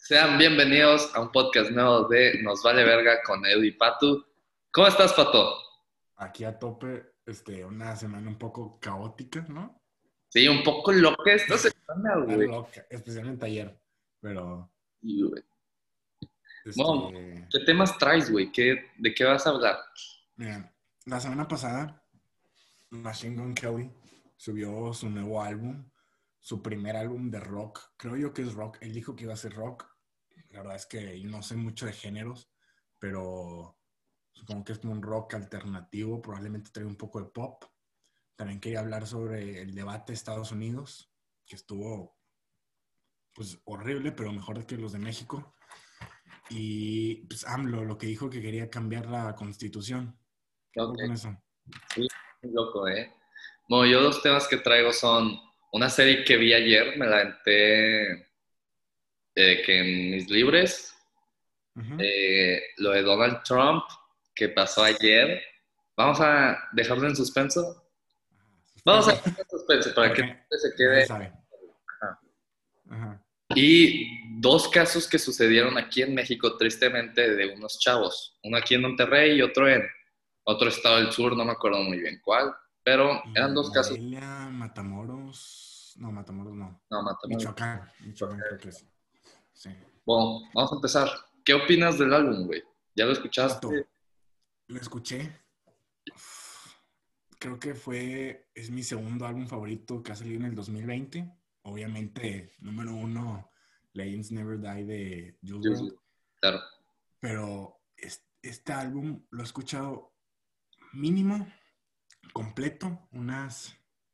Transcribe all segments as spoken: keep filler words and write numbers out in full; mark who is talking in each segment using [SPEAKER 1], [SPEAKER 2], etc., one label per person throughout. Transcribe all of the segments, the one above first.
[SPEAKER 1] Sean bienvenidos a un podcast nuevo de Nos Vale Verga con Edu y Patu. ¿Cómo estás, Pato?
[SPEAKER 2] Aquí a tope, este, una semana un poco caótica, ¿no?
[SPEAKER 1] Sí, un poco loca esta semana,
[SPEAKER 2] Está
[SPEAKER 1] güey.
[SPEAKER 2] loca, especialmente ayer, pero,
[SPEAKER 1] Sí, güey. Bueno,
[SPEAKER 2] este,
[SPEAKER 1] ¿qué temas traes, güey? ¿Qué, ¿De qué vas a hablar?
[SPEAKER 2] mira, la semana pasada, Machine Gun Kelly subió su nuevo álbum, su primer álbum de rock, creo yo que es rock, él dijo que iba a ser rock, la verdad es que yo no sé mucho de géneros, pero supongo que es como un rock alternativo, probablemente trae un poco de pop. También quería hablar sobre el debate de Estados Unidos, que estuvo pues horrible, pero mejor que los de México. Y pues AMLO, lo que dijo que quería cambiar la constitución. ¿Qué
[SPEAKER 1] Ok,
[SPEAKER 2] hago con eso?
[SPEAKER 1] sí, muy loco, ¿eh? Bueno, yo dos temas que traigo son una serie que vi ayer, me la aventé eh, que en mis libres,
[SPEAKER 2] Uh-huh.
[SPEAKER 1] eh, lo de Donald Trump, que pasó ayer. Vamos a dejarlo en suspenso. Vamos a
[SPEAKER 2] Suspenso.
[SPEAKER 1] dejarlo en suspenso para que
[SPEAKER 2] Ok,
[SPEAKER 1] se
[SPEAKER 2] nadie
[SPEAKER 1] quede.
[SPEAKER 2] sabe. Ajá.
[SPEAKER 1] Y dos casos que sucedieron aquí en México, tristemente, de unos chavos. Uno aquí en Monterrey y otro en otro estado del sur, no me acuerdo muy bien cuál. Pero eran
[SPEAKER 2] Y
[SPEAKER 1] dos casos.
[SPEAKER 2] Morelia, Matamoros. No, Matamoros no.
[SPEAKER 1] No, Matamoros.
[SPEAKER 2] Michoacán. Michoacán creo que es. Sí.
[SPEAKER 1] Bueno, vamos a empezar. ¿Qué opinas del álbum, güey? ¿Ya lo
[SPEAKER 2] Pato,
[SPEAKER 1] escuchaste?
[SPEAKER 2] lo escuché. Creo que fue, es mi segundo álbum favorito que ha salido en el dos mil veinte. Obviamente, número uno, Legends Never Die de Juice
[SPEAKER 1] Yo sí,
[SPEAKER 2] world.
[SPEAKER 1] claro.
[SPEAKER 2] Pero es- este álbum lo he escuchado mínimo, completo, unas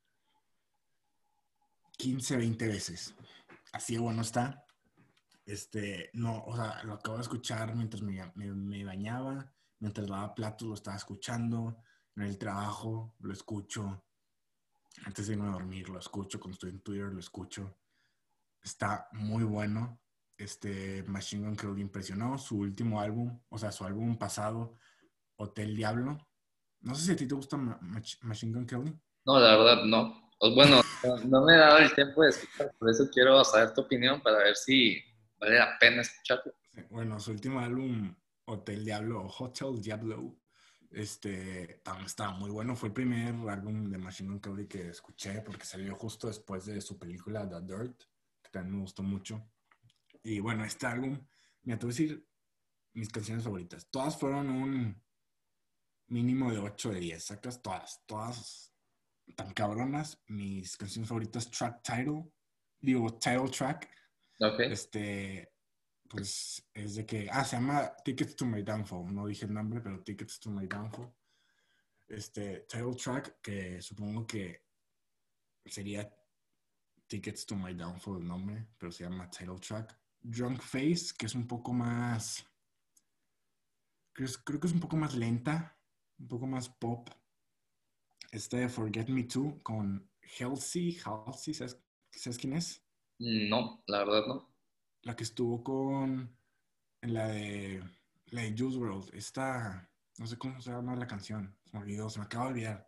[SPEAKER 2] quince, veinte veces. Así de bueno está. Este, no, o sea, lo acabo de escuchar mientras me, me, me bañaba, mientras lavaba platos lo estaba escuchando, en el trabajo lo escucho, antes de irme a dormir lo escucho, cuando estoy en Twitter lo escucho. Está muy bueno. Este Machine Gun Kelly impresionó. Su último álbum, o sea, su álbum pasado, Hotel Diablo. No sé si a ti te gusta Ma- Mach- Machine Gun Kelly.
[SPEAKER 1] No, la verdad, no. O, bueno, no, no me he dado el tiempo de escuchar, por eso quiero saber tu opinión para ver si vale la pena escucharlo.
[SPEAKER 2] Sí, bueno, su último álbum, Hotel Diablo o Hotel Diablo, este, también estaba muy bueno. Fue el primer álbum de Machine Gun Kelly que escuché porque salió justo después de su película The Dirt, que también me gustó mucho. Y bueno, este álbum, me atrevo a decir mis canciones favoritas. Todas fueron un mínimo de ocho de diez. Sacas todas, todas tan cabronas. Mis canciones favoritas, track title, digo, title track,
[SPEAKER 1] Ok.
[SPEAKER 2] este, pues es de que, ah, se llama Tickets to My Downfall. No dije el nombre, pero Tickets to My Downfall. Este, title track, que supongo que sería Tickets to My Downfall el nombre, pero se llama title track. Drunk Face, que es un poco más, creo, creo que es un poco más lenta, un poco más pop. Este Forget Me Too con Halsey, Halsey, ¿sabes, ¿sabes quién es?
[SPEAKER 1] No, la verdad no.
[SPEAKER 2] La que estuvo con, en la de, la de Juice world. Esta, no sé cómo se llama la canción, se me olvidó, se me acaba de olvidar.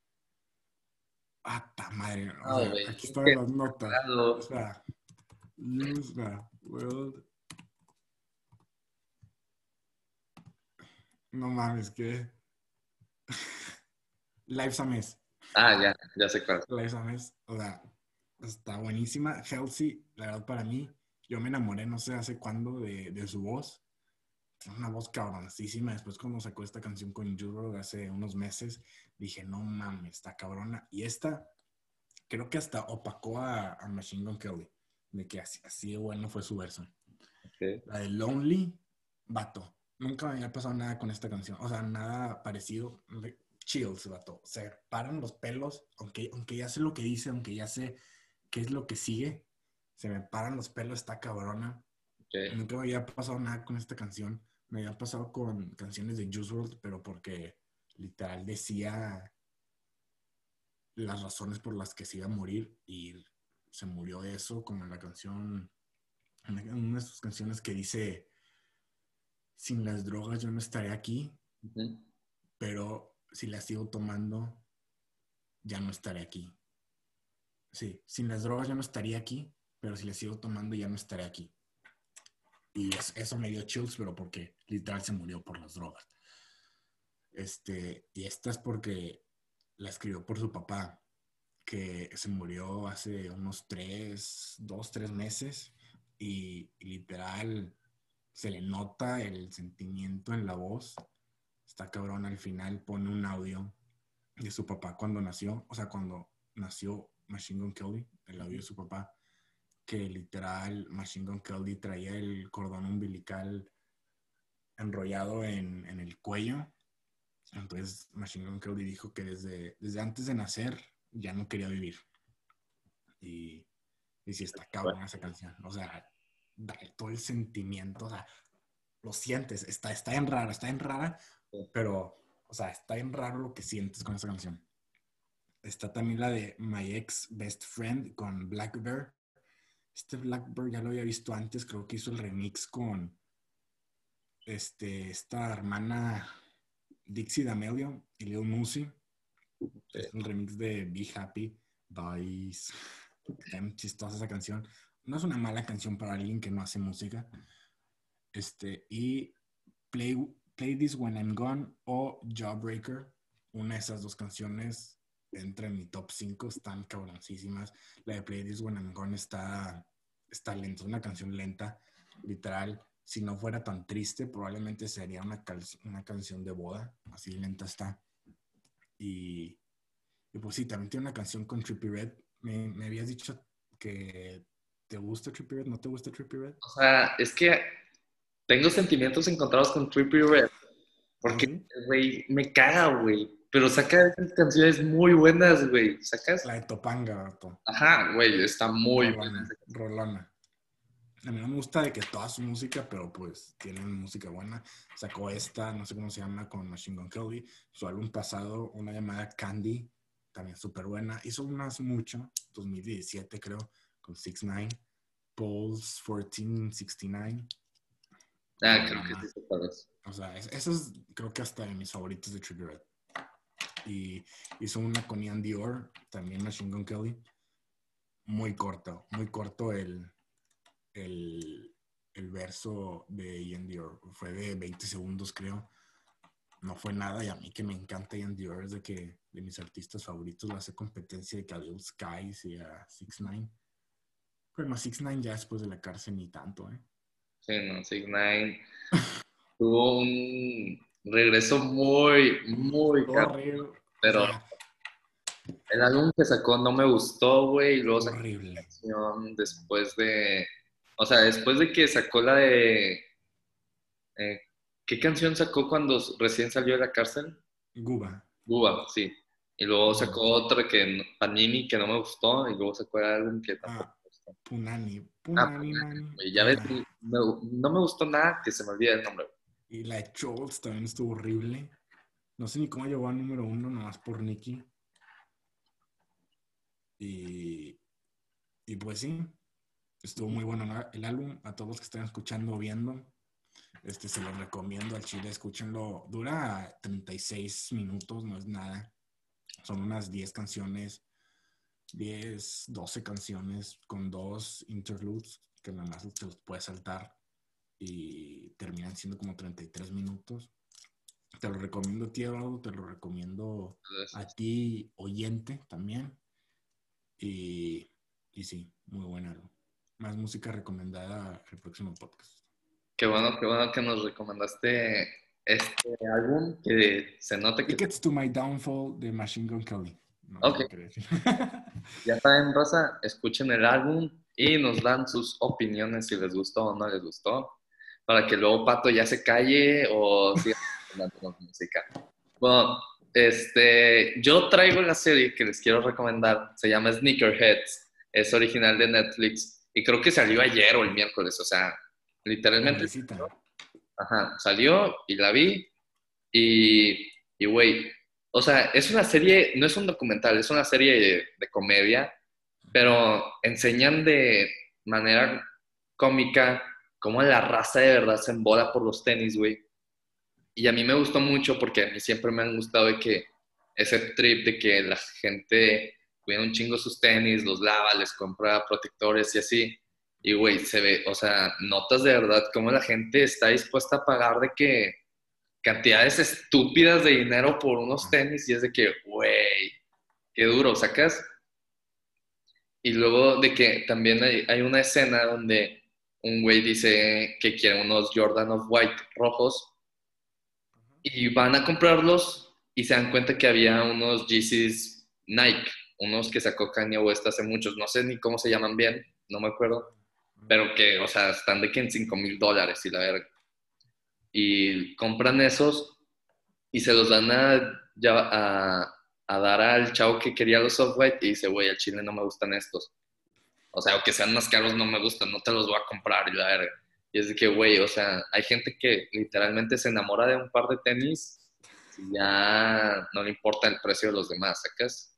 [SPEAKER 2] Ah, ta madre, o
[SPEAKER 1] No,
[SPEAKER 2] sea,
[SPEAKER 1] güey.
[SPEAKER 2] aquí
[SPEAKER 1] Es
[SPEAKER 2] están
[SPEAKER 1] que,
[SPEAKER 2] las notas. O
[SPEAKER 1] claro.
[SPEAKER 2] sea, Use the world. No mames, que. Lives a mes.
[SPEAKER 1] Ah, ya, ya sé cuál.
[SPEAKER 2] Lives a mes. O sea, está buenísima. Halsey, la verdad, para mí, yo me enamoré, no sé hace cuándo, de, de su voz. Tiene una voz cabroncísima. Después, cuando sacó esta canción con Jules hace unos meses, dije, no mames, está cabrona. Y esta, creo que hasta opacó a, a Machine Gun Kelly. De que así, así de bueno fue su verso.
[SPEAKER 1] Okay.
[SPEAKER 2] La de Lonely, vato. Nunca me había pasado nada con esta canción. O sea, nada parecido. Chills, vato. Se paran los pelos, aunque, aunque ya sé lo que dice, aunque ya sé qué es lo que sigue. Se me paran los pelos, está cabrona.
[SPEAKER 1] Okay.
[SPEAKER 2] Nunca me había pasado nada con esta canción. Me había pasado con canciones de Juice world, pero porque literal decía las razones por las que se iba a morir y se murió de eso, como en la canción, en una de sus canciones que dice, sin las drogas yo no estaré aquí,
[SPEAKER 1] Ujú.
[SPEAKER 2] pero si las sigo tomando ya no estaré aquí. Sí, sin las drogas yo no estaría aquí, pero si las sigo tomando ya no estaré aquí. Y es, eso me dio chills, pero porque literal se murió por las drogas. Este, y esta es porque la escribió por su papá, que se murió hace unos tres, dos, tres meses. Y, y literal se le nota el sentimiento en la voz. Está cabrón, al final pone un audio de su papá cuando nació, o sea, cuando nació Machine Gun Kelly, el audio de su papá, que literal Machine Gun Kelly traía el cordón umbilical enrollado en, en el cuello. Entonces Machine Gun Kelly dijo que desde, desde antes de nacer ya no quería vivir. Y, y sí está cabrón esa canción. O sea, da todo el sentimiento, o sea, lo sientes, está, está en rara, está en rara, pero, o sea, está en raro lo que sientes con esa canción. Está también la de My Ex Best Friend con Black Bear. Este Black Bear ya lo había visto antes, creo que hizo el remix con este, esta hermana Dixie D'Amelio y Lil Musi. Sí. Es el remix de Be Happy, Boys. Está muy chistosa esa canción. No es una mala canción para alguien que no hace música. Este, y Play, Play This When I'm Gone o Jawbreaker. Una de esas dos canciones entra en mi top cinco. Están cabroncísimas. La de Play This When I'm Gone está, está lenta. Es una canción lenta, literal. Si no fuera tan triste, probablemente sería una, cal- una canción de boda. Así lenta está. Y, y pues sí, también tiene una canción con Trippie Redd. Me, me habías dicho que te gusta Trippie Redd, ¿no te gusta Trippie Redd?
[SPEAKER 1] O sea, es que tengo sentimientos encontrados con Trippie Redd.
[SPEAKER 2] ¿Ah,
[SPEAKER 1] Porque,
[SPEAKER 2] sí?
[SPEAKER 1] güey, me caga, güey. Pero saca esas canciones muy buenas, güey. ¿Sacas?
[SPEAKER 2] La de Topanga, vato.
[SPEAKER 1] Ajá, güey, está muy buena
[SPEAKER 2] Rolona,
[SPEAKER 1] esa canción.
[SPEAKER 2] rolona. A mí no me gusta de que toda su música, pero pues tienen música buena. Sacó esta, no sé cómo se llama, con Machine Gun Kelly. Su álbum pasado, una llamada Candy, también súper buena. Hizo una hace mucho, dos mil diecisiete creo, con six ix-Nine. Pulse catorce sesenta y nueve.
[SPEAKER 1] Ah, creo que sí
[SPEAKER 2] Rolona.
[SPEAKER 1] se parece.
[SPEAKER 2] O sea, es, eso es creo que hasta de mis favoritos de Trippie Redd. Y hizo una con Ian Dior, también Machine Gun Kelly. Muy corto, muy corto el, el, el verso de Ian Dior. Fue de veinte segundos, creo. No fue nada. Y a mí que me encanta Ian Dior, es de que de mis artistas favoritos, le hace competencia de Khalil Skies y a six ix-Nine. Pero no, six ix-Nine ya después de la cárcel ni tanto, ¿eh?
[SPEAKER 1] Sí, no, six ix-Nine tuvo un regreso muy, muy caro.
[SPEAKER 2] Horrible. O
[SPEAKER 1] Pero
[SPEAKER 2] sea,
[SPEAKER 1] el álbum que sacó no me gustó, güey. Y luego sacó una
[SPEAKER 2] horrible.
[SPEAKER 1] canción después de. O sea, después de que sacó la de. eh, ¿qué canción sacó cuando recién salió de la cárcel?
[SPEAKER 2] Guba.
[SPEAKER 1] Buba, sí. Y luego
[SPEAKER 2] Mm.
[SPEAKER 1] sacó otra que no- Panini que no me gustó. Y luego sacó el álbum que tampoco
[SPEAKER 2] Ah,
[SPEAKER 1] me gustó.
[SPEAKER 2] Punani.
[SPEAKER 1] Ah,
[SPEAKER 2] Punani,
[SPEAKER 1] Panini,
[SPEAKER 2] Mani.
[SPEAKER 1] güey. Ya ves,
[SPEAKER 2] Ajá.
[SPEAKER 1] me- no me gustó nada que se me olvide el nombre.
[SPEAKER 2] Y la de Schultz también estuvo horrible. No sé ni cómo llegó a número uno, nomás por Nicky. Y, y pues sí, estuvo muy bueno, ¿no?, el álbum. A todos los que estén escuchando o viendo, este, se los recomiendo al chile. Escúchenlo. Dura treinta y seis minutos, no es nada. Son unas diez canciones, diez doce canciones con dos interludes que nada más te los puedes saltar y terminan siendo como treinta y tres minutos. Te lo recomiendo, tío, te lo recomiendo a
[SPEAKER 1] Entonces,
[SPEAKER 2] ti, oyente, también. Y, y sí, muy buen álbum. Más música recomendada el próximo podcast.
[SPEAKER 1] qué bueno, qué bueno que nos recomendaste este álbum que se nota que...
[SPEAKER 2] Tickets to My Downfall de Machine Gun Kelly. No,
[SPEAKER 1] Ok,
[SPEAKER 2] no quería decir.
[SPEAKER 1] ya saben, raza, escuchen el álbum y nos dan sus opiniones si les gustó o no les gustó, para que luego Pato ya se calle o siga recomendándonos música. Bueno, este, yo traigo la serie que les quiero recomendar, se llama Sneakerheads, es original de Netflix y creo que salió ayer o el miércoles, o sea,
[SPEAKER 2] La
[SPEAKER 1] literalmente,
[SPEAKER 2] nuevecita.
[SPEAKER 1] ajá, salió y la vi y, y güey, o sea, es una serie, no es un documental, es una serie de, de comedia, pero enseñan de manera cómica cómo la raza de verdad se embola por los tenis, güey. Y a mí me gustó mucho porque a mí siempre me han gustado de que ese trip de que la gente cuida un chingo sus tenis, los lava, les compra protectores y así. Y, güey, se ve, o sea, notas de verdad cómo la gente está dispuesta a pagar de que cantidades estúpidas de dinero por unos tenis y es de que, güey, qué duro, ¿sacas? Y luego de que también hay, hay una escena donde un güey dice que quiere unos Jordan of White rojos y van a comprarlos y se dan cuenta que había unos Yeezys Nike, unos que sacó Kanye West hace muchos, no sé ni cómo se llaman bien, no me acuerdo, pero que, o sea, están de que en cinco mil dólares y la verga. Y compran esos y se los dan a, ya, a, a dar al chavo que quería los Off-White y dice, güey, al chile no me gustan estos. O sea, aunque sean más caros, no me gustan, no te los voy a comprar y la verga. Y es de que, güey, o sea, hay gente que literalmente se enamora de un par de tenis y ya no le importa el precio de los demás, ¿sacas?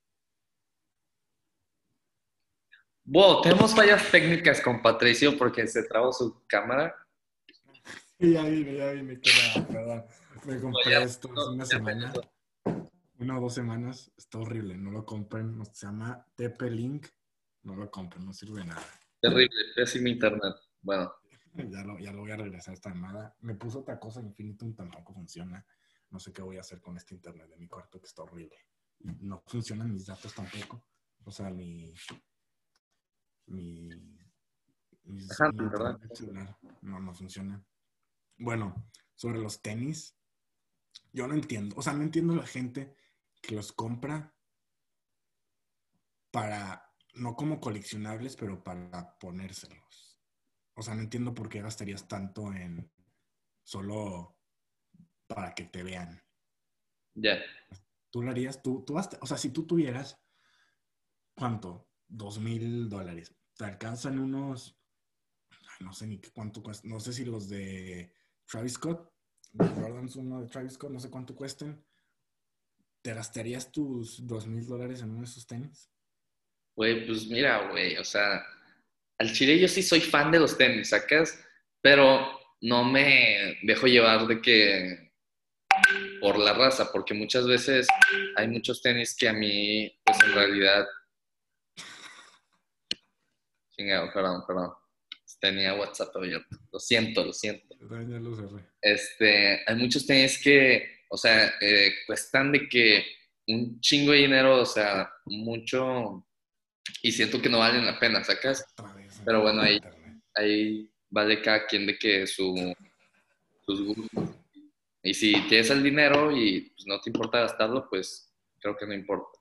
[SPEAKER 1] Wow, tenemos fallas técnicas con Patricio porque se trabó su cámara.
[SPEAKER 2] Sí, ya vine, ya vine, qué va, perdón. Me
[SPEAKER 1] No, ya,
[SPEAKER 2] compré esto
[SPEAKER 1] no,
[SPEAKER 2] hace una
[SPEAKER 1] ya
[SPEAKER 2] semana,
[SPEAKER 1] regresó.
[SPEAKER 2] una o dos semanas. Está horrible, no lo compren. no- Se llama T P Link. No lo compren, no sirve de nada.
[SPEAKER 1] Terrible, pésimo internet. Bueno,
[SPEAKER 2] Ya lo, ya lo voy a regresar esta llamada. Me puso otra cosa, Infinitum tampoco funciona. No sé qué voy a hacer con este internet de mi cuarto que está horrible. Y no funcionan mis datos tampoco. O sea, mi, mi, mis-
[SPEAKER 1] ajá,
[SPEAKER 2] mi
[SPEAKER 1] ¿verdad?
[SPEAKER 2] internet celular no, no funciona. Bueno, sobre los tenis, yo no entiendo. O sea, no entiendo la gente que los compra para, no como coleccionables, pero para ponérselos. O sea, no entiendo por qué gastarías tanto en solo para que te vean.
[SPEAKER 1] Ya.
[SPEAKER 2] Tú lo harías, tú, tú hasta, o sea, si tú tuvieras, ¿cuánto? Dos mil dólares. Te alcanzan unos, ay, no sé ni qué cuánto cuesta, no sé si los de Travis Scott, los Jordans uno de Travis Scott, no sé cuánto cuesten. ¿Te gastarías tus dos mil dólares en uno de esos tenis?
[SPEAKER 1] Güey, pues mira, güey, o sea, al chile yo sí soy fan de los tenis, ¿sacas? Pero no me dejo llevar de que por la raza, porque muchas veces hay muchos tenis que a mí, pues en realidad, chingado, perdón, perdón, tenía WhatsApp abierto, lo siento, lo siento.
[SPEAKER 2] Yo también ya lo cerré.
[SPEAKER 1] Este, hay muchos tenis que, o sea, eh, cuestan de que un chingo de dinero, o sea, mucho, y siento que no valen la pena, ¿sacas?
[SPEAKER 2] Otra vez
[SPEAKER 1] Pero
[SPEAKER 2] el
[SPEAKER 1] bueno, ahí,
[SPEAKER 2] internet.
[SPEAKER 1] ahí vale cada quien de que su, sus gustos. Y si tienes el dinero y pues, no te importa gastarlo, pues creo que no importa.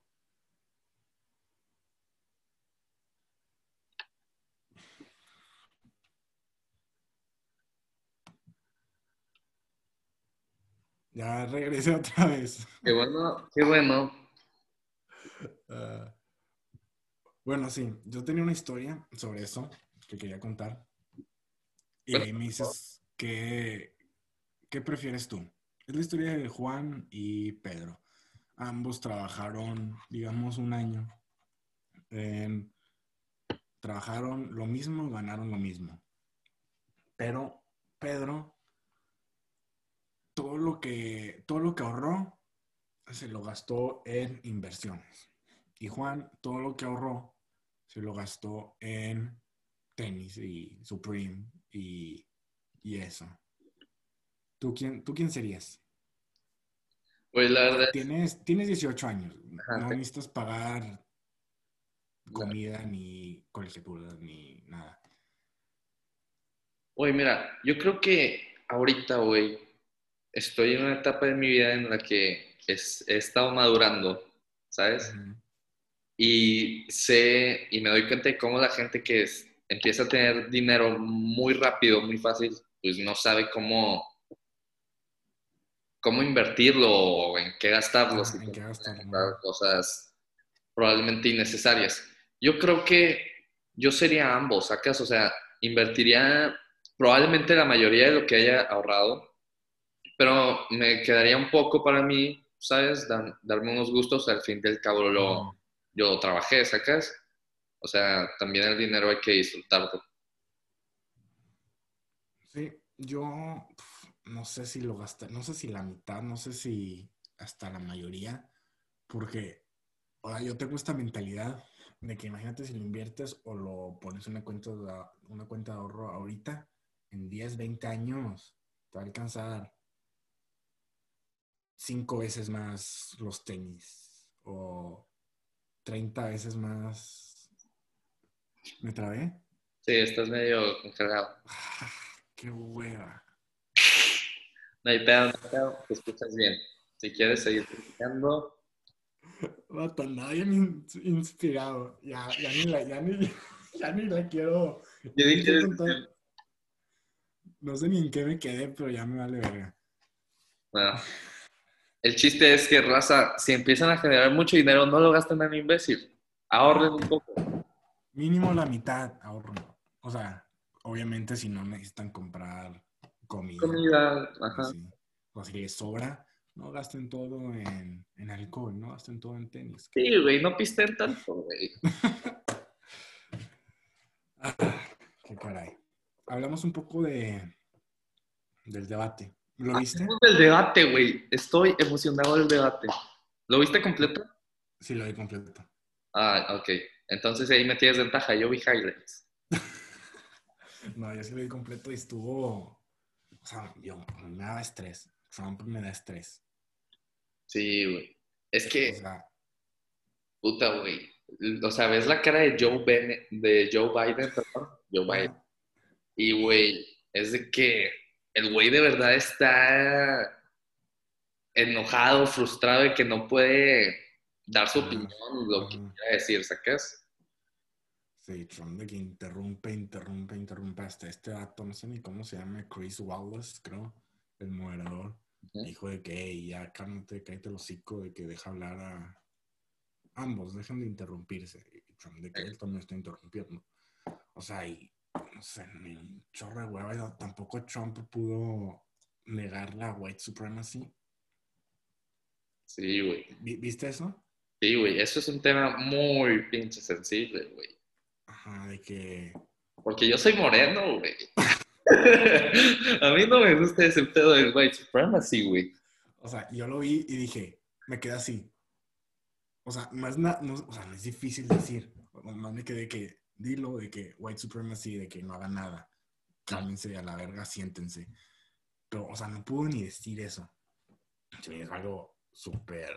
[SPEAKER 2] Ya regresé otra vez.
[SPEAKER 1] Qué bueno, qué bueno.
[SPEAKER 2] Uh, bueno, sí, yo tenía una historia sobre eso que quería contar. Y ahí me dices qué, qué prefieres tú. Es la historia de Juan y Pedro. Ambos trabajaron, digamos, un año. Eh, trabajaron lo mismo, ganaron lo mismo. Pero Pedro, todo lo que, todo lo que ahorró, se lo gastó en inversiones. Y Juan, todo lo que ahorró, se lo gastó en tenis y Supreme y, y eso. ¿Tú quién, ¿Tú quién serías?
[SPEAKER 1] Pues la
[SPEAKER 2] O
[SPEAKER 1] verdad
[SPEAKER 2] sea,
[SPEAKER 1] es,
[SPEAKER 2] tienes, tienes dieciocho años.
[SPEAKER 1] ajá,
[SPEAKER 2] No
[SPEAKER 1] te-
[SPEAKER 2] necesitas pagar
[SPEAKER 1] no.
[SPEAKER 2] comida ni colegiaturas ni nada.
[SPEAKER 1] Oye, mira, yo creo que ahorita, güey, estoy en una etapa de mi vida en la que es- he estado madurando, ¿sabes?
[SPEAKER 2] Ujú.
[SPEAKER 1] Y sé y me doy cuenta de cómo la gente que es- empieza a tener dinero muy rápido, muy fácil, pues no sabe cómo, cómo invertirlo o en qué gastarlo, si
[SPEAKER 2] Ajá, ¿en
[SPEAKER 1] tiene
[SPEAKER 2] qué
[SPEAKER 1] que
[SPEAKER 2] gastarlo?
[SPEAKER 1] comprar cosas probablemente innecesarias. Yo creo que yo sería ambos, ¿sacas? O sea, invertiría probablemente la mayoría de lo que haya ahorrado, pero me quedaría un poco para mí, ¿sabes? Dar- darme unos gustos, al fin del cabo lo,
[SPEAKER 2] Ujú.
[SPEAKER 1] yo lo trabajé, ¿sacas? O sea, también el dinero hay que disfrutarlo.
[SPEAKER 2] Sí, yo pf, no sé si lo gasté, no sé si la mitad, no sé si hasta la mayoría, porque ahora yo tengo esta mentalidad de que imagínate si lo inviertes o lo pones en una cuenta de, una cuenta de ahorro ahorita, en diez veinte años te va a alcanzar cinco veces más los tenis o treinta veces más. ¿Me trabé?
[SPEAKER 1] Sí, estás medio congelado.
[SPEAKER 2] Ah, qué hueva.
[SPEAKER 1] No hay pedo, no hay pedo, te escuchas bien. Si quieres seguir platicando,
[SPEAKER 2] Vato, nadie me in- inspirado. Ya, ya ni la, ya ni, ya ni la quiero.
[SPEAKER 1] ¿qué
[SPEAKER 2] Ya ni sé
[SPEAKER 1] quieres
[SPEAKER 2] contar.
[SPEAKER 1] decir?
[SPEAKER 2] No sé ni en qué me quedé, pero ya me vale verga.
[SPEAKER 1] Bueno, el chiste es que, raza, si empiezan a generar mucho dinero, no lo gasten en imbécil. Ahorren un poco.
[SPEAKER 2] Mínimo la mitad ahorro. O sea, obviamente si no necesitan comprar comida
[SPEAKER 1] Comida,
[SPEAKER 2] o
[SPEAKER 1] ajá.
[SPEAKER 2] así. O si les sobra, no gasten todo en, en alcohol, no gasten todo en tenis. Que...
[SPEAKER 1] Sí, güey, no pisten tanto, güey.
[SPEAKER 2] Ah, qué caray. Hablamos un poco de, del debate. ¿Lo viste?
[SPEAKER 1] Hablemos del debate, güey. Estoy emocionado del debate. ¿Lo viste completo?
[SPEAKER 2] Sí, lo vi completo.
[SPEAKER 1] Ah, ok. Entonces ahí me tienes ventaja. Yo vi highlights.
[SPEAKER 2] No, yo sí lo vi completo y estuvo. O sea, yo me daba estrés. Trump me da estrés.
[SPEAKER 1] Sí, güey. Es
[SPEAKER 2] O
[SPEAKER 1] que,
[SPEAKER 2] sea,
[SPEAKER 1] puta, güey. O sea, ves la cara de Joe, Biden, de Joe Biden, perdón. Joe Biden.
[SPEAKER 2] ajá,
[SPEAKER 1] Y, güey, es de que el güey de verdad está enojado, frustrado y que no puede dar su opinión,
[SPEAKER 2] ah,
[SPEAKER 1] lo que
[SPEAKER 2] ajá.
[SPEAKER 1] quiera decir, ¿sacas?
[SPEAKER 2] Sí, Trump de que interrumpe, interrumpe, interrumpe hasta este vato, no sé ni cómo se llama, Chris Wallace, creo, el moderador.
[SPEAKER 1] Ujú.
[SPEAKER 2] Dijo de que, hey, ya cálmate, cállate el hocico, de que deja hablar a ambos, dejan de interrumpirse. Y Trump de que él también está interrumpiendo. O sea, y no sé, ni un chorro de hueva. Tampoco Trump pudo negar la white supremacy.
[SPEAKER 1] Sí, güey.
[SPEAKER 2] ¿Viste eso?
[SPEAKER 1] Sí, güey. Eso es un tema muy pinche sensible, güey.
[SPEAKER 2] Ajá, de que.
[SPEAKER 1] Porque yo soy moreno, güey. A mí no me gusta ese pedo del white supremacy, güey.
[SPEAKER 2] O sea, yo lo vi y dije, me quedé así. O sea, no es, na, no, o sea, no es difícil decir. Nomás me quedé que dilo de que white supremacy, de que no haga nada. Cálmense a la verga, siéntense. Pero, o sea, no pudo ni decir eso. Sí, es algo súper,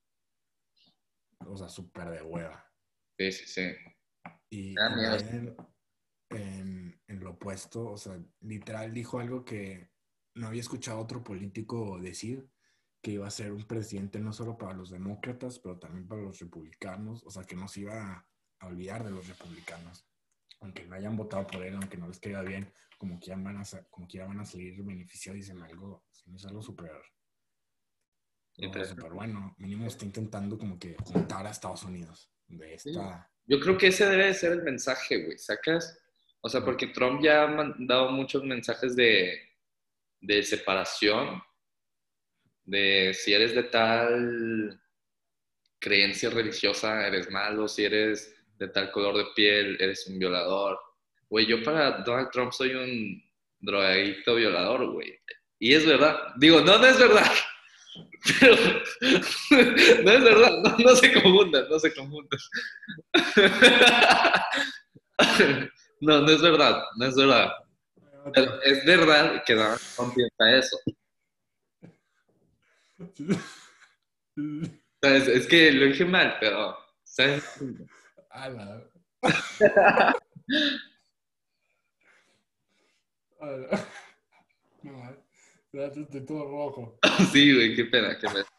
[SPEAKER 2] o sea, súper de hueva.
[SPEAKER 1] Sí, sí, sí.
[SPEAKER 2] Y,
[SPEAKER 1] Me da
[SPEAKER 2] y
[SPEAKER 1] miedo.
[SPEAKER 2] Biden, en, en lo opuesto, o sea, literal dijo algo que no había escuchado a otro político decir, que iba a ser un presidente no solo para los demócratas, pero también para los republicanos, o sea, que no se iba a, a olvidar de los republicanos, aunque no hayan votado por él, aunque no les caiga bien, como que ya van a, como que ya van a salir beneficiados, dicen algo, es algo súper, o sea, súper
[SPEAKER 1] Interesante.
[SPEAKER 2] bueno, mínimo está intentando como que juntar a Estados Unidos de
[SPEAKER 1] Sí.
[SPEAKER 2] esta...
[SPEAKER 1] Yo creo que ese debe de ser el mensaje, güey, ¿sacas? O sea, porque Trump ya ha mandado muchos mensajes de, de separación, de si eres de tal creencia religiosa, eres malo, si eres de tal color de piel, eres un violador. Güey, yo para Donald Trump soy un drogadicto violador, güey. Y es verdad. Digo, no, no es verdad. Pero no es verdad, no, no se confundan, no se confundan. No, no es verdad, no es verdad. Pero es verdad que Donald Trump piensa eso. O sea, es, es que lo dije mal, pero ¿sabes?
[SPEAKER 2] A la... A la... No, ya estoy todo rojo.
[SPEAKER 1] Sí, güey, qué pena, qué pena.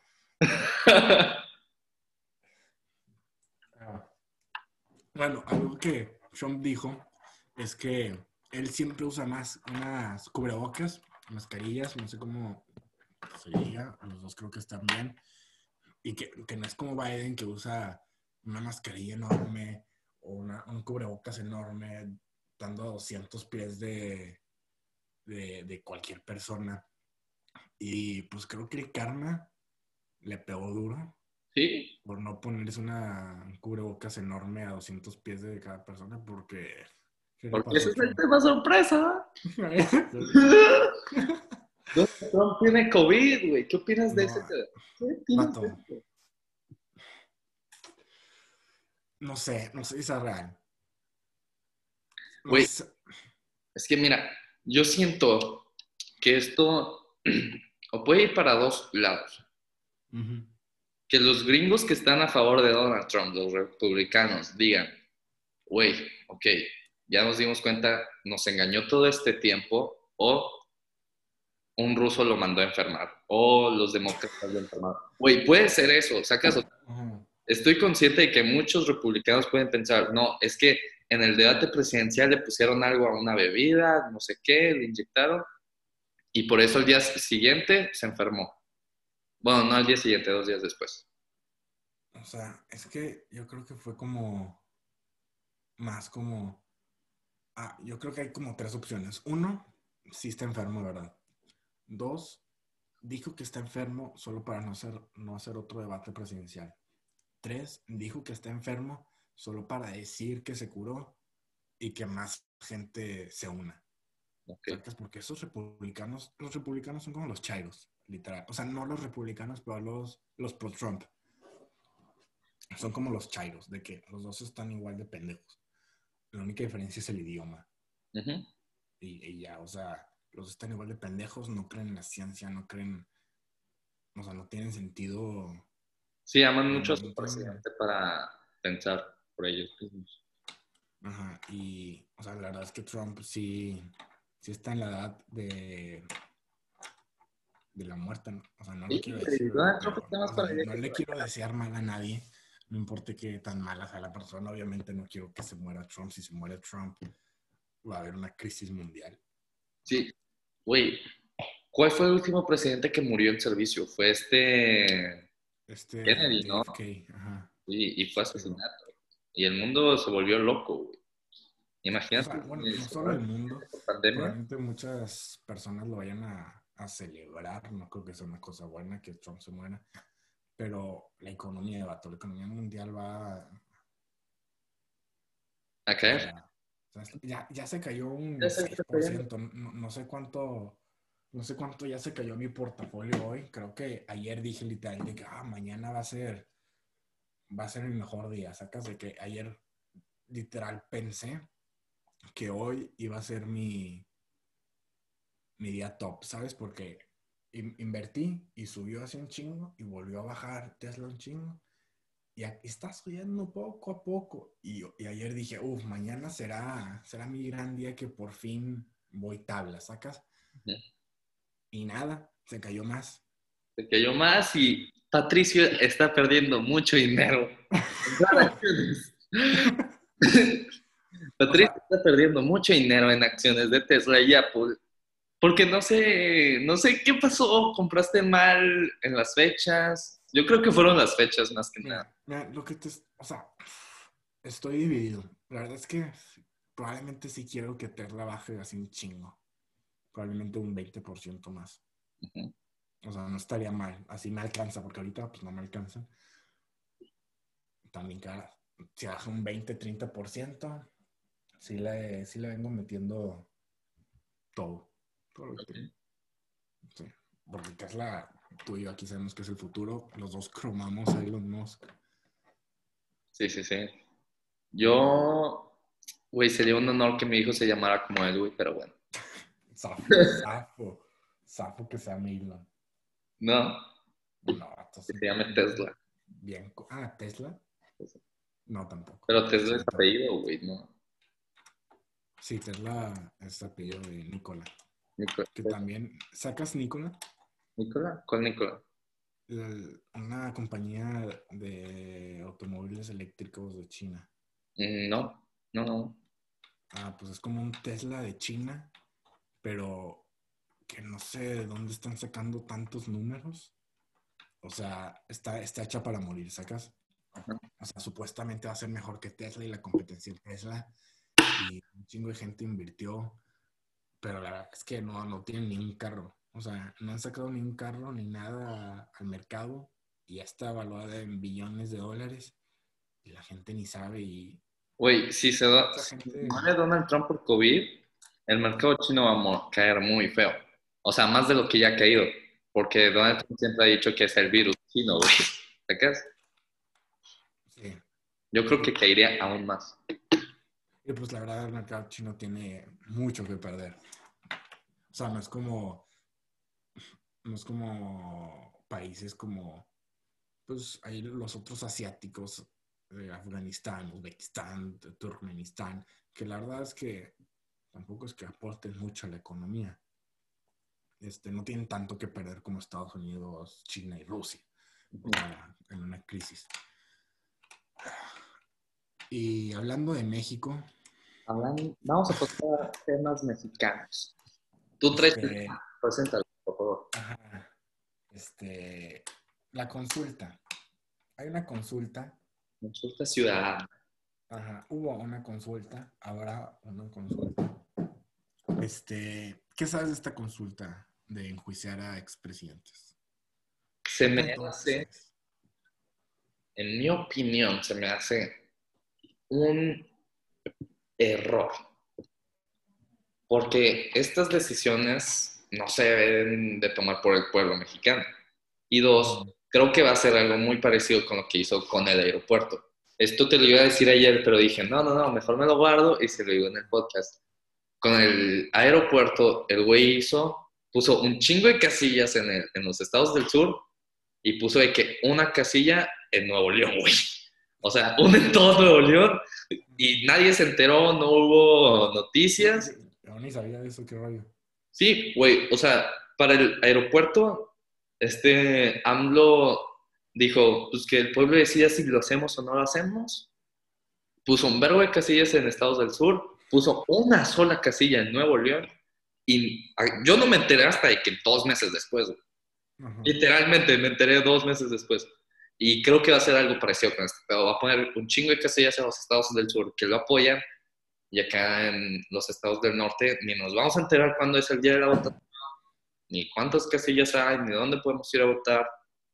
[SPEAKER 2] Ah. Bueno, algo que Trump dijo es que él siempre usa más unas cubrebocas, mascarillas, no sé cómo se diga, los dos creo que están bien, y que, que no es como Biden que usa una mascarilla enorme o una, un cubrebocas enorme, dando a doscientos pies de, de, de cualquier persona. Y pues creo que el karma le pegó duro
[SPEAKER 1] Sí,
[SPEAKER 2] por no ponerse una un cubrebocas enorme a doscientos pies de cada persona, porque ¿qué le
[SPEAKER 1] porque
[SPEAKER 2] pasó
[SPEAKER 1] ese
[SPEAKER 2] a
[SPEAKER 1] es el
[SPEAKER 2] Trump?
[SPEAKER 1] tema sorpresa. Donald Trump tiene COVID, güey. ¿Qué opinas de ese
[SPEAKER 2] No,
[SPEAKER 1] tema? ¿Qué opinas de
[SPEAKER 2] vato,
[SPEAKER 1] eso?
[SPEAKER 2] no sé, no sé si es real. No
[SPEAKER 1] Güey,
[SPEAKER 2] sé.
[SPEAKER 1] es que mira, yo siento que esto o puede ir para dos lados.
[SPEAKER 2] Ujú.
[SPEAKER 1] Que los gringos que están a favor de Donald Trump, los republicanos, digan, güey, ok, ya nos dimos cuenta, nos engañó todo este tiempo, o un ruso lo mandó a enfermar, o los demócratas lo enfermaron. Güey, puede ser eso, sacas.
[SPEAKER 2] Ujú.
[SPEAKER 1] Estoy consciente de que muchos republicanos pueden pensar, no, es que en el debate presidencial le pusieron algo a una bebida, no sé qué, le inyectaron, y por eso el día siguiente se enfermó. Bueno, no al día siguiente, dos días después.
[SPEAKER 2] O sea, es que yo creo que fue como, más como, ah, yo creo que hay como tres opciones. Uno, sí está enfermo, ¿verdad? Dos, dijo que está enfermo solo para no hacer, no hacer otro debate presidencial. Tres, dijo que está enfermo solo para decir que se curó y que más gente se una.
[SPEAKER 1] Ok.
[SPEAKER 2] ¿Sacas? Porque esos republicanos, los republicanos son como los chairos, literal. O sea, no los republicanos, pero los, los pro-Trump. Son como los chairos, de que los dos están igual de pendejos. La única diferencia es el idioma.
[SPEAKER 1] Ujú.
[SPEAKER 2] Y, y ya, o sea, los están igual de pendejos, no creen en la ciencia, no creen, o sea, no tienen sentido,
[SPEAKER 1] Sí, aman
[SPEAKER 2] no,
[SPEAKER 1] mucho a
[SPEAKER 2] no,
[SPEAKER 1] su
[SPEAKER 2] no tienen,
[SPEAKER 1] presidente para pensar por ellos mismos.
[SPEAKER 2] ajá, y, o sea, la verdad es que Trump sí, sí está en la edad de, de la muerte, ¿no? O sea, no lo
[SPEAKER 1] Sí,
[SPEAKER 2] quiero decir,
[SPEAKER 1] güey,
[SPEAKER 2] ¿verdad?
[SPEAKER 1] Donald Trump
[SPEAKER 2] Pero,
[SPEAKER 1] está más
[SPEAKER 2] o sea,
[SPEAKER 1] para allá
[SPEAKER 2] no
[SPEAKER 1] que
[SPEAKER 2] le
[SPEAKER 1] para
[SPEAKER 2] quiero
[SPEAKER 1] acá.
[SPEAKER 2] desear mal a nadie, no importa qué tan mala sea la persona, obviamente no quiero que se muera Trump, si se muere Trump va a haber una crisis mundial.
[SPEAKER 1] Sí, güey, ¿cuál fue el último presidente que murió en servicio? Fue este
[SPEAKER 2] Este
[SPEAKER 1] Kennedy, ¿no?
[SPEAKER 2] J F K, ajá,
[SPEAKER 1] Sí, y fue
[SPEAKER 2] pero,
[SPEAKER 1] asesinato. Y el mundo se volvió loco, güey.
[SPEAKER 2] o
[SPEAKER 1] Imagínate
[SPEAKER 2] sea, bueno,
[SPEAKER 1] que
[SPEAKER 2] no
[SPEAKER 1] se
[SPEAKER 2] solo el
[SPEAKER 1] muera
[SPEAKER 2] mundo,
[SPEAKER 1] por pandemia.
[SPEAKER 2] probablemente muchas personas lo vayan a, a celebrar, no creo que sea una cosa buena que Trump se muera, pero la economía, vato, la economía mundial va,
[SPEAKER 1] ¿A
[SPEAKER 2] o
[SPEAKER 1] caer?
[SPEAKER 2] sea, o sea, ya, ya se cayó
[SPEAKER 1] Ya
[SPEAKER 2] un
[SPEAKER 1] se
[SPEAKER 2] seis
[SPEAKER 1] está
[SPEAKER 2] por
[SPEAKER 1] cayendo.
[SPEAKER 2] ciento no, no sé cuánto, no sé cuánto ya se cayó mi portafolio hoy, creo que ayer dije literal de que, ah, mañana va a ser, va a ser mi mejor día, sacas de que ayer literal pensé que hoy iba a ser mi, mi día top, ¿sabes? Porque in- invertí y subió así un chingo y volvió a bajar Tesla un chingo y aquí está subiendo poco a poco. Y, y ayer dije, uff, mañana será, será mi gran día que por fin voy tabla, ¿sacas?
[SPEAKER 1] Ujú.
[SPEAKER 2] Y nada, se cayó más.
[SPEAKER 1] Se cayó más y Patricio está perdiendo mucho dinero.
[SPEAKER 2] O
[SPEAKER 1] Patricio
[SPEAKER 2] sea,
[SPEAKER 1] está perdiendo mucho dinero en acciones de Tesla y Apple. Porque no sé, no sé qué pasó, compraste mal en las fechas. Yo creo que fueron las fechas más que nada.
[SPEAKER 2] mira, mira, lo que te, o sea, estoy dividido. La verdad es que probablemente sí quiero que Tesla baje así un chingo. Probablemente un veinte por ciento más.
[SPEAKER 1] Ujú.
[SPEAKER 2] O sea, no estaría mal. Así me alcanza, porque ahorita pues no me alcanza. También cara. Si baja un veinte, treinta por ciento, sí le, sí le vengo metiendo todo. Todo lo que tengo. Sí. Porque Tesla, tú y yo aquí sabemos que es el futuro. Los dos cromamos a Elon Musk.
[SPEAKER 1] Sí, sí, sí. Yo, güey, sería un honor que mi hijo se llamara como él, güey, pero bueno.
[SPEAKER 2] Zafo, zafo. Zafo que sea Elon.
[SPEAKER 1] No,
[SPEAKER 2] No,
[SPEAKER 1] que
[SPEAKER 2] entonces
[SPEAKER 1] se llame Tesla.
[SPEAKER 2] bien. Ah, Tesla. No, tampoco.
[SPEAKER 1] Pero Tesla es
[SPEAKER 2] Sí, tam-
[SPEAKER 1] apellido, güey, ¿no?
[SPEAKER 2] sí, Tesla es apellido de Nicola.
[SPEAKER 1] Nico-
[SPEAKER 2] Que también sacas Nicola.
[SPEAKER 1] ¿Nicola? ¿Cuál Nicola?
[SPEAKER 2] el- una compañía de automóviles eléctricos de China.
[SPEAKER 1] Mm, no, no, no.
[SPEAKER 2] Ah, pues es como un Tesla de China, pero que no sé de dónde están sacando tantos números. O sea, está, está hecha para morir, ¿sacas?
[SPEAKER 1] Ajá.
[SPEAKER 2] O sea, supuestamente va a ser mejor que Tesla y la competencia de Tesla. Y un chingo de gente invirtió, pero la verdad es que no, no tienen ni un carro. O sea, no han sacado ni un carro ni nada al mercado y ya está evaluada en billones de dólares y la gente ni sabe y
[SPEAKER 1] Güey, si se da,
[SPEAKER 2] mucha
[SPEAKER 1] si
[SPEAKER 2] gente,
[SPEAKER 1] muere Donald Trump por COVID, el mercado chino va a mo- caer muy feo. O sea, más de lo que ya ha caído. Porque Donald Trump siempre ha dicho que es el virus chino, güey. ¿Sacas?
[SPEAKER 2] sí,
[SPEAKER 1] Yo creo que caería aún más.
[SPEAKER 2] Y pues la verdad el mercado chino tiene mucho que perder. O sea, no es como, no es como países como, pues hay los otros asiáticos, de Afganistán, Uzbekistán, Turkmenistán, que la verdad es que tampoco es que aporten mucho a la economía. Este, no tienen tanto que perder como Estados Unidos, China y Rusia, o sea, en una crisis. Y hablando de México,
[SPEAKER 1] Hablan, vamos a pasar a temas mexicanos. Tú traes el
[SPEAKER 2] este,
[SPEAKER 1] tema, preséntalo, por favor.
[SPEAKER 2] ajá, este, la consulta. Hay una consulta,
[SPEAKER 1] Consulta ciudadana.
[SPEAKER 2] ajá, hubo una consulta, habrá una consulta. Este, ¿qué sabes de esta consulta de enjuiciar a expresidentes?
[SPEAKER 1] Se
[SPEAKER 2] ¿Qué
[SPEAKER 1] me
[SPEAKER 2] tanto
[SPEAKER 1] hace,
[SPEAKER 2] sabes?
[SPEAKER 1] en mi opinión, se me hace un error. Porque estas decisiones no se deben de tomar por el pueblo mexicano. Y dos,
[SPEAKER 2] Uh-huh.
[SPEAKER 1] creo que va a ser algo muy parecido con lo que hizo con el aeropuerto. Esto te lo iba a decir ayer, pero dije, no, no, no, mejor me lo guardo y se lo digo en el podcast. Con el aeropuerto, el güey hizo, puso un chingo de casillas en, el, en los estados del sur y puso de que una casilla en Nuevo León, güey. O sea, una en todo Nuevo León y nadie se enteró, no hubo
[SPEAKER 2] Yo, yo,
[SPEAKER 1] noticias.
[SPEAKER 2] yo ni sabía de eso, qué rollo.
[SPEAKER 1] Sí, güey, o sea, para el aeropuerto, este AMLO dijo, pues que el pueblo decida si lo hacemos o no lo hacemos. Puso un verbo de casillas en Estados del Sur, puso una sola casilla en Nuevo León y yo no me enteré hasta de que dos meses después, güey.
[SPEAKER 2] Uh-huh.
[SPEAKER 1] Literalmente me enteré dos meses después. Y creo que va a ser algo parecido con esto, pero va a poner un chingo de casillas en los estados del sur que lo apoyan y acá en los estados del norte ni nos vamos a enterar cuándo es el día de la votación, ni cuántas casillas hay, ni dónde podemos ir a votar.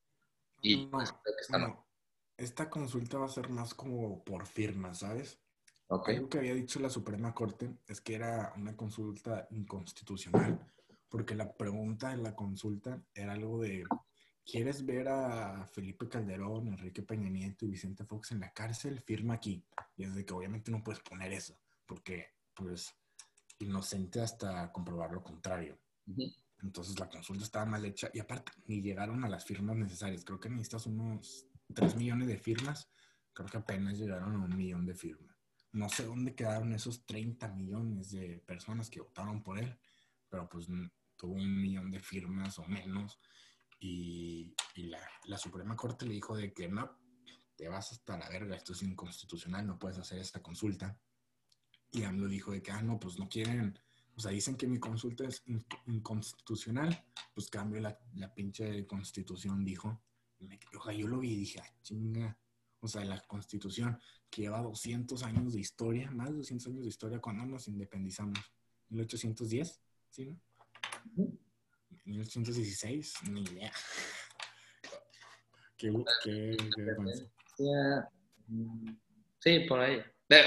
[SPEAKER 1] Y pues
[SPEAKER 2] No,
[SPEAKER 1] creo que está mal.
[SPEAKER 2] no. Esta consulta va a ser más como por firma, ¿sabes?
[SPEAKER 1] Ok.
[SPEAKER 2] Algo que había dicho la Suprema Corte es que era una consulta inconstitucional, porque la pregunta de la consulta era algo de, ¿quieres ver a Felipe Calderón, Enrique Peña Nieto y Vicente Fox en la cárcel? Firma aquí. Y es de que obviamente no puedes poner eso, porque pues inocente hasta comprobar lo contrario.
[SPEAKER 1] Uh-huh.
[SPEAKER 2] Entonces la consulta estaba mal hecha y aparte ni llegaron a las firmas necesarias. Creo que necesitas unos tres millones de firmas. Creo que apenas llegaron a un millón de firmas. No sé dónde quedaron esos treinta millones de personas que votaron por él, pero pues tuvo un millón de firmas o menos. Y, y la, la Suprema Corte le dijo de que no, te vas hasta la verga, esto es inconstitucional, no puedes hacer esta consulta. Y AMLO dijo de que, ah, no, pues no quieren, o sea, dicen que mi consulta es inconstitucional, pues cambio la, la pinche constitución, dijo. Me, o sea, yo lo vi y dije, ah, chinga. O sea, la constitución que lleva doscientos años de historia, más de doscientos años de historia, cuando nos independizamos. mil ochocientos diez, ¿sí, no?
[SPEAKER 1] Uh-huh.
[SPEAKER 2] mil ochocientos dieciséis, ni idea. ¿Qué, qué, qué avance?
[SPEAKER 1] Yeah. Sí, por ahí.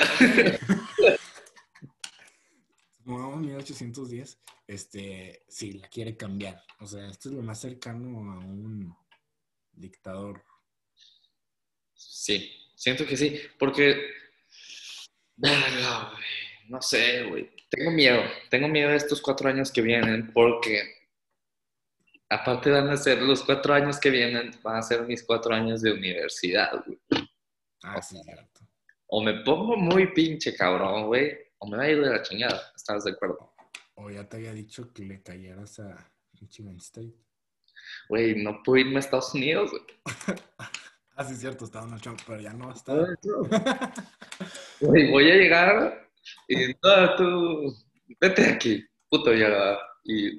[SPEAKER 2] No, mil ochocientos diez, este, sí, la quiere cambiar. O sea, esto es lo más cercano a un dictador.
[SPEAKER 1] Sí, siento que sí, porque verga, güey, no sé, güey. Tengo miedo, tengo miedo de estos cuatro años que vienen, porque aparte van a ser los cuatro años que vienen, van a ser mis cuatro años de universidad, güey.
[SPEAKER 2] Ah,
[SPEAKER 1] O,
[SPEAKER 2] sí, cierto.
[SPEAKER 1] o me pongo muy pinche cabrón, güey, o me va a ir de la chingada. ¿Estás de acuerdo?
[SPEAKER 2] O, o ya te había dicho que le cayeras a Michigan State.
[SPEAKER 1] Güey, no puedo irme a Estados Unidos, güey.
[SPEAKER 2] Ah, sí, cierto, estaba en el Trump, pero ya no va a
[SPEAKER 1] No,
[SPEAKER 2] estar.
[SPEAKER 1] no. Güey, voy a llegar y no, tú, vete de aquí, puto ya. Y,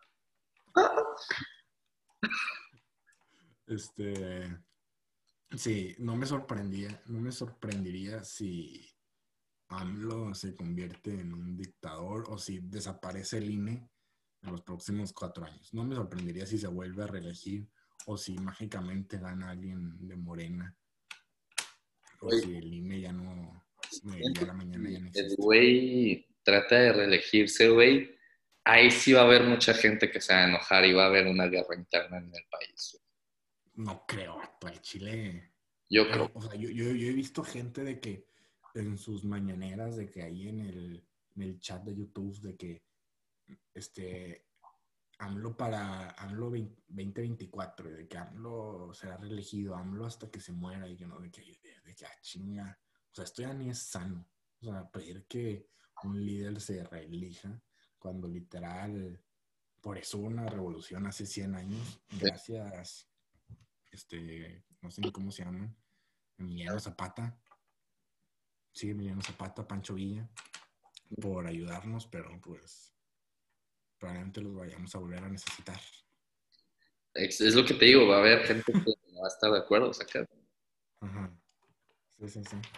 [SPEAKER 2] Este, sí, no me sorprendía, no me sorprendería si AMLO se convierte en un dictador o si desaparece el I N E en los próximos cuatro años. No me sorprendería si se vuelve a reelegir o si mágicamente gana alguien de Morena o
[SPEAKER 1] güey,
[SPEAKER 2] si el I N E ya no, el día
[SPEAKER 1] siento
[SPEAKER 2] de la mañana ya
[SPEAKER 1] que
[SPEAKER 2] no
[SPEAKER 1] el
[SPEAKER 2] existe.
[SPEAKER 1] güey trata de reelegirse, güey. Ahí sí va a haber mucha gente que se va a enojar y va a haber una guerra interna en el país.
[SPEAKER 2] No creo, pues Chile.
[SPEAKER 1] Yo
[SPEAKER 2] Eh,
[SPEAKER 1] creo.
[SPEAKER 2] o sea, yo, yo, yo he visto gente de que en sus mañaneras, de que ahí en el, en el chat de YouTube, de que este, AMLO para AMLO veinte veinticuatro, de que AMLO será reelegido, AMLO hasta que se muera, y que no, de que, de, de que ah, chinga. O sea, esto ya ni es sano. O sea, pedir que un líder se reelija cuando literal, por eso hubo una revolución hace cien años,
[SPEAKER 1] Sí.
[SPEAKER 2] gracias, este, no sé ni cómo se llaman, Emiliano Zapata, sí, Emiliano Zapata, Pancho Villa, por ayudarnos, pero pues probablemente los vayamos a volver a necesitar.
[SPEAKER 1] Es, es lo que te digo, va a haber gente que no va a estar de acuerdo, ¿sacas?
[SPEAKER 2] Ajá. Sí, sí, sí.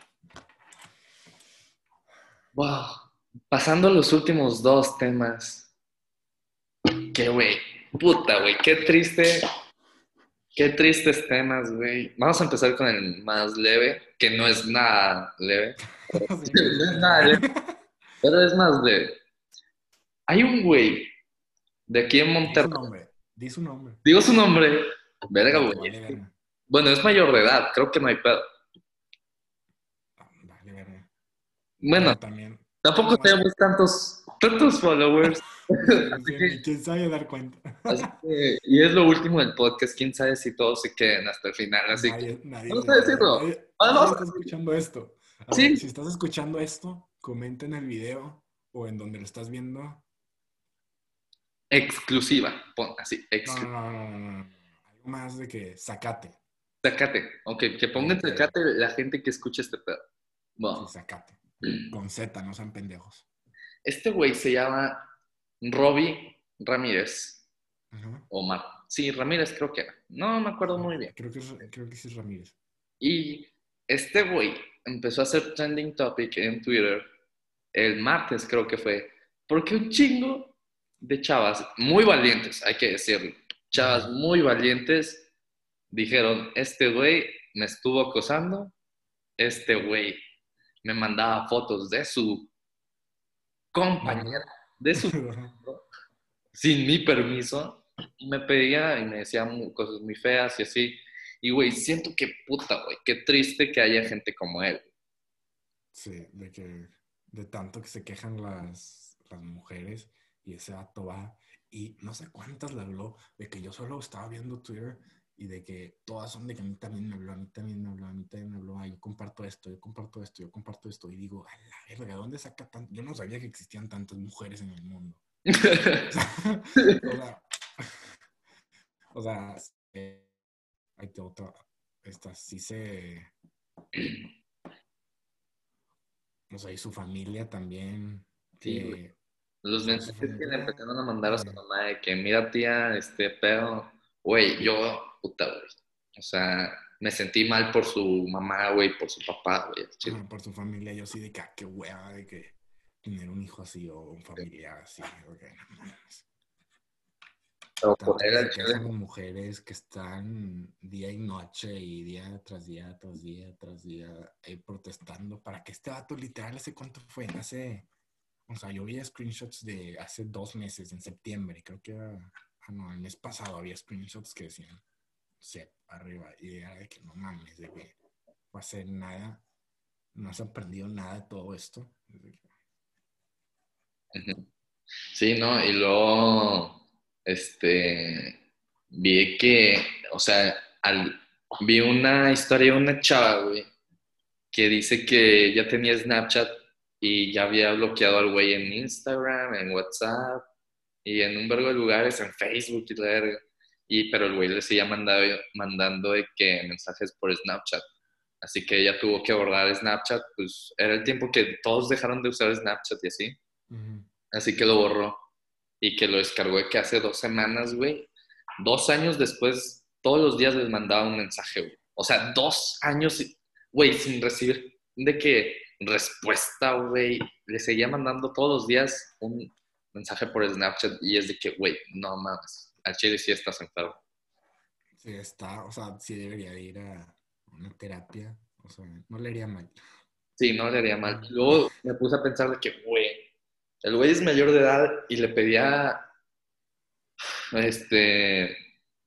[SPEAKER 1] Wow. Pasando a los últimos dos temas. Qué güey. Puta, güey. Qué triste. Qué tristes temas, güey. Vamos a empezar con el más leve, que no es nada leve.
[SPEAKER 2] Sí, no,
[SPEAKER 1] No
[SPEAKER 2] no
[SPEAKER 1] es
[SPEAKER 2] es
[SPEAKER 1] nada
[SPEAKER 2] nada.
[SPEAKER 1] leve, pero es más leve. Hay un güey de aquí en
[SPEAKER 2] Di su
[SPEAKER 1] Monterrey.
[SPEAKER 2] nombre. Di su nombre.
[SPEAKER 1] Digo su nombre. Verga,
[SPEAKER 2] Vato,
[SPEAKER 1] güey.
[SPEAKER 2] vale verga.
[SPEAKER 1] Bueno, es mayor de edad. Creo que no hay pedo.
[SPEAKER 2] Ah, vale verga.
[SPEAKER 1] Bueno,
[SPEAKER 2] Bueno, también.
[SPEAKER 1] tampoco
[SPEAKER 2] Nomás.
[SPEAKER 1] tenemos tantos, tantos followers.
[SPEAKER 2] Sí,
[SPEAKER 1] Así
[SPEAKER 2] sí,
[SPEAKER 1] que
[SPEAKER 2] ni quién sabe dar cuenta.
[SPEAKER 1] Así que, y es lo último del podcast, quién sabe si todos se queden hasta el final, así que
[SPEAKER 2] Nadie, nadie
[SPEAKER 1] vamos
[SPEAKER 2] se
[SPEAKER 1] a
[SPEAKER 2] va a dar.
[SPEAKER 1] decirlo.
[SPEAKER 2] Nadie, nadie
[SPEAKER 1] Vamos
[SPEAKER 2] está
[SPEAKER 1] a decir,
[SPEAKER 2] escuchando esto. A ver,
[SPEAKER 1] sí,
[SPEAKER 2] si estás escuchando esto, comenta en el video o en donde lo estás viendo.
[SPEAKER 1] exclusiva, pon así,
[SPEAKER 2] No, no,
[SPEAKER 1] exclusiva.
[SPEAKER 2] no, no, no, no, no. Algo más de que sacate.
[SPEAKER 1] Zacate, ok, que
[SPEAKER 2] De
[SPEAKER 1] pongan
[SPEAKER 2] que.
[SPEAKER 1] Zacate la gente que escuche este pedo.
[SPEAKER 2] Sí,
[SPEAKER 1] Bueno,
[SPEAKER 2] sacate. Con Z, no sean pendejos.
[SPEAKER 1] este güey se llama Robbie Ramírez,
[SPEAKER 2] Ajá.
[SPEAKER 1] o Mar, sí, Ramírez creo que era, no me acuerdo muy bien.
[SPEAKER 2] Creo que, es, creo que sí es Ramírez.
[SPEAKER 1] Y este güey empezó a hacer trending topic en Twitter el martes, creo que fue, porque un chingo de chavas muy valientes, hay que decirlo, chavas
[SPEAKER 2] Ajá.
[SPEAKER 1] muy valientes dijeron, este güey me estuvo acosando, este güey me mandaba fotos de su compañera,
[SPEAKER 2] Ajá.
[SPEAKER 1] de su sin mi permiso, y me pedía y me decía mu- cosas muy feas y así. Y güey, siento que puta, güey, qué triste que haya gente como él.
[SPEAKER 2] Sí, de que de tanto que se quejan las, las mujeres y ese vato va y no sé cuántas le habló, de que yo solo estaba viendo Twitter y de que todas son de que a mí también me habló, a mí también me habló, a mí también me habló, ah, yo comparto esto, yo comparto esto, yo comparto esto y digo, a la verga, ¿de dónde saca tanto? Yo no sabía que existían tantas mujeres en el mundo. O sea, o sea, eh, hay otra, esta sí se, o sea, y su familia también,
[SPEAKER 1] Sí, güey.
[SPEAKER 2] que, o
[SPEAKER 1] Los
[SPEAKER 2] sea, su
[SPEAKER 1] mensajes que le
[SPEAKER 2] familia,
[SPEAKER 1] empezaron a mandar a su
[SPEAKER 2] eh,
[SPEAKER 1] mamá de que, mira, tía, este pedo, güey, yo, puta, güey. O sea, me sentí mal por su mamá, güey, por su papá, güey, al chile.
[SPEAKER 2] ajá, por su familia, yo sí de que, ah, qué hueva de que tener un hijo así o un familiar así, ok, no mames.
[SPEAKER 1] Pero por
[SPEAKER 2] Tanto que
[SPEAKER 1] él, al
[SPEAKER 2] se
[SPEAKER 1] chile,
[SPEAKER 2] quejan las mujeres que están día y noche y día tras día, tras día, tras día, ahí protestando para que este vato literal, ¿hace cuánto fue? Hace, o sea, yo vi screenshots de hace dos meses, en septiembre, creo que era, ah, no, el mes pasado había screenshots que decían, set arriba, y era de que no mames, de que no va a hacer nada, no has aprendido nada de todo esto.
[SPEAKER 1] ujú. Sí, ¿no? Y luego, este, vi que, o sea, al- vi una historia de una chava, güey, que dice que ya tenía Snapchat y ya había bloqueado al güey en Instagram, en WhatsApp y en un vergo de lugares, en Facebook y la verga. Y, pero el güey le seguía mandando, mandando de que mensajes por Snapchat. Así que ella tuvo que borrar Snapchat, pues era el tiempo que todos dejaron de usar Snapchat y así.
[SPEAKER 2] Ujú.
[SPEAKER 1] Así que lo borró y que lo descargó de que hace dos semanas, güey. Dos años después, todos los días les mandaba un mensaje, güey. O sea, dos años, güey, sin recibir de que respuesta, güey. Le seguía mandando todos los días un mensaje por Snapchat y es de que, güey, no mames, al chile sí estás enfermo.
[SPEAKER 2] Sí, está, o sea, sí debería de ir a una terapia, o sea, no le haría mal.
[SPEAKER 1] Sí, no le haría mal.
[SPEAKER 2] Mm.
[SPEAKER 1] Luego me puse a pensar de que, güey, el güey es mayor de edad y le pedía, este,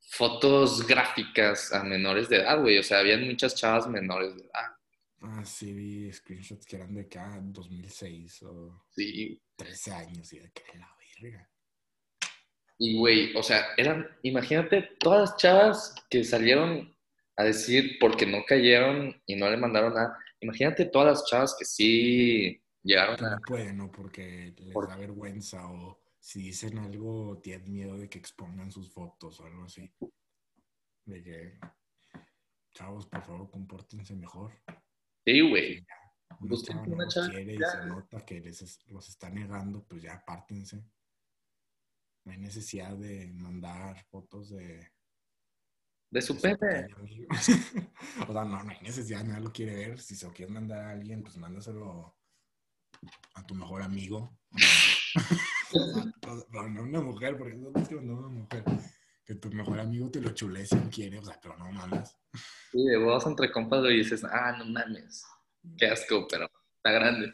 [SPEAKER 1] fotos gráficas a menores de edad, güey. O sea, habían muchas chavas menores de edad.
[SPEAKER 2] Ah, sí, vi screenshots que eran de acá dos mil seis o
[SPEAKER 1] Sí.
[SPEAKER 2] trece años y de que la verga.
[SPEAKER 1] Y, güey, o sea, eran, imagínate, todas las chavas que salieron a decir porque no cayeron y no le mandaron nada. Imagínate todas las chavas que sí llegaron
[SPEAKER 2] Que
[SPEAKER 1] a...
[SPEAKER 2] no pueden, ¿no? Porque les
[SPEAKER 1] por-
[SPEAKER 2] da vergüenza o si dicen algo, tienen miedo de que expongan sus fotos o algo así. De que, chavos, por favor, compórtense mejor.
[SPEAKER 1] Sí, güey.
[SPEAKER 2] Si ya una
[SPEAKER 1] Busquen
[SPEAKER 2] chava no
[SPEAKER 1] una
[SPEAKER 2] los
[SPEAKER 1] chava,
[SPEAKER 2] quiere y
[SPEAKER 1] ya,
[SPEAKER 2] se nota que les es- los está negando, pues ya apártense. No hay necesidad de mandar fotos de,
[SPEAKER 1] de su
[SPEAKER 2] de su
[SPEAKER 1] pene.
[SPEAKER 2] pequeño. O sea, no, no hay necesidad, nadie lo quiere ver. Si se lo quieres mandar a alguien, pues mándaselo a tu mejor amigo. O sea, pero no una mujer, porque no es que no una mujer. Que tu mejor amigo te lo chule si quiere, o sea, pero no mames.
[SPEAKER 1] Sí, de vos entre compas lo dices, ah, no mames. Qué asco, pero está grande.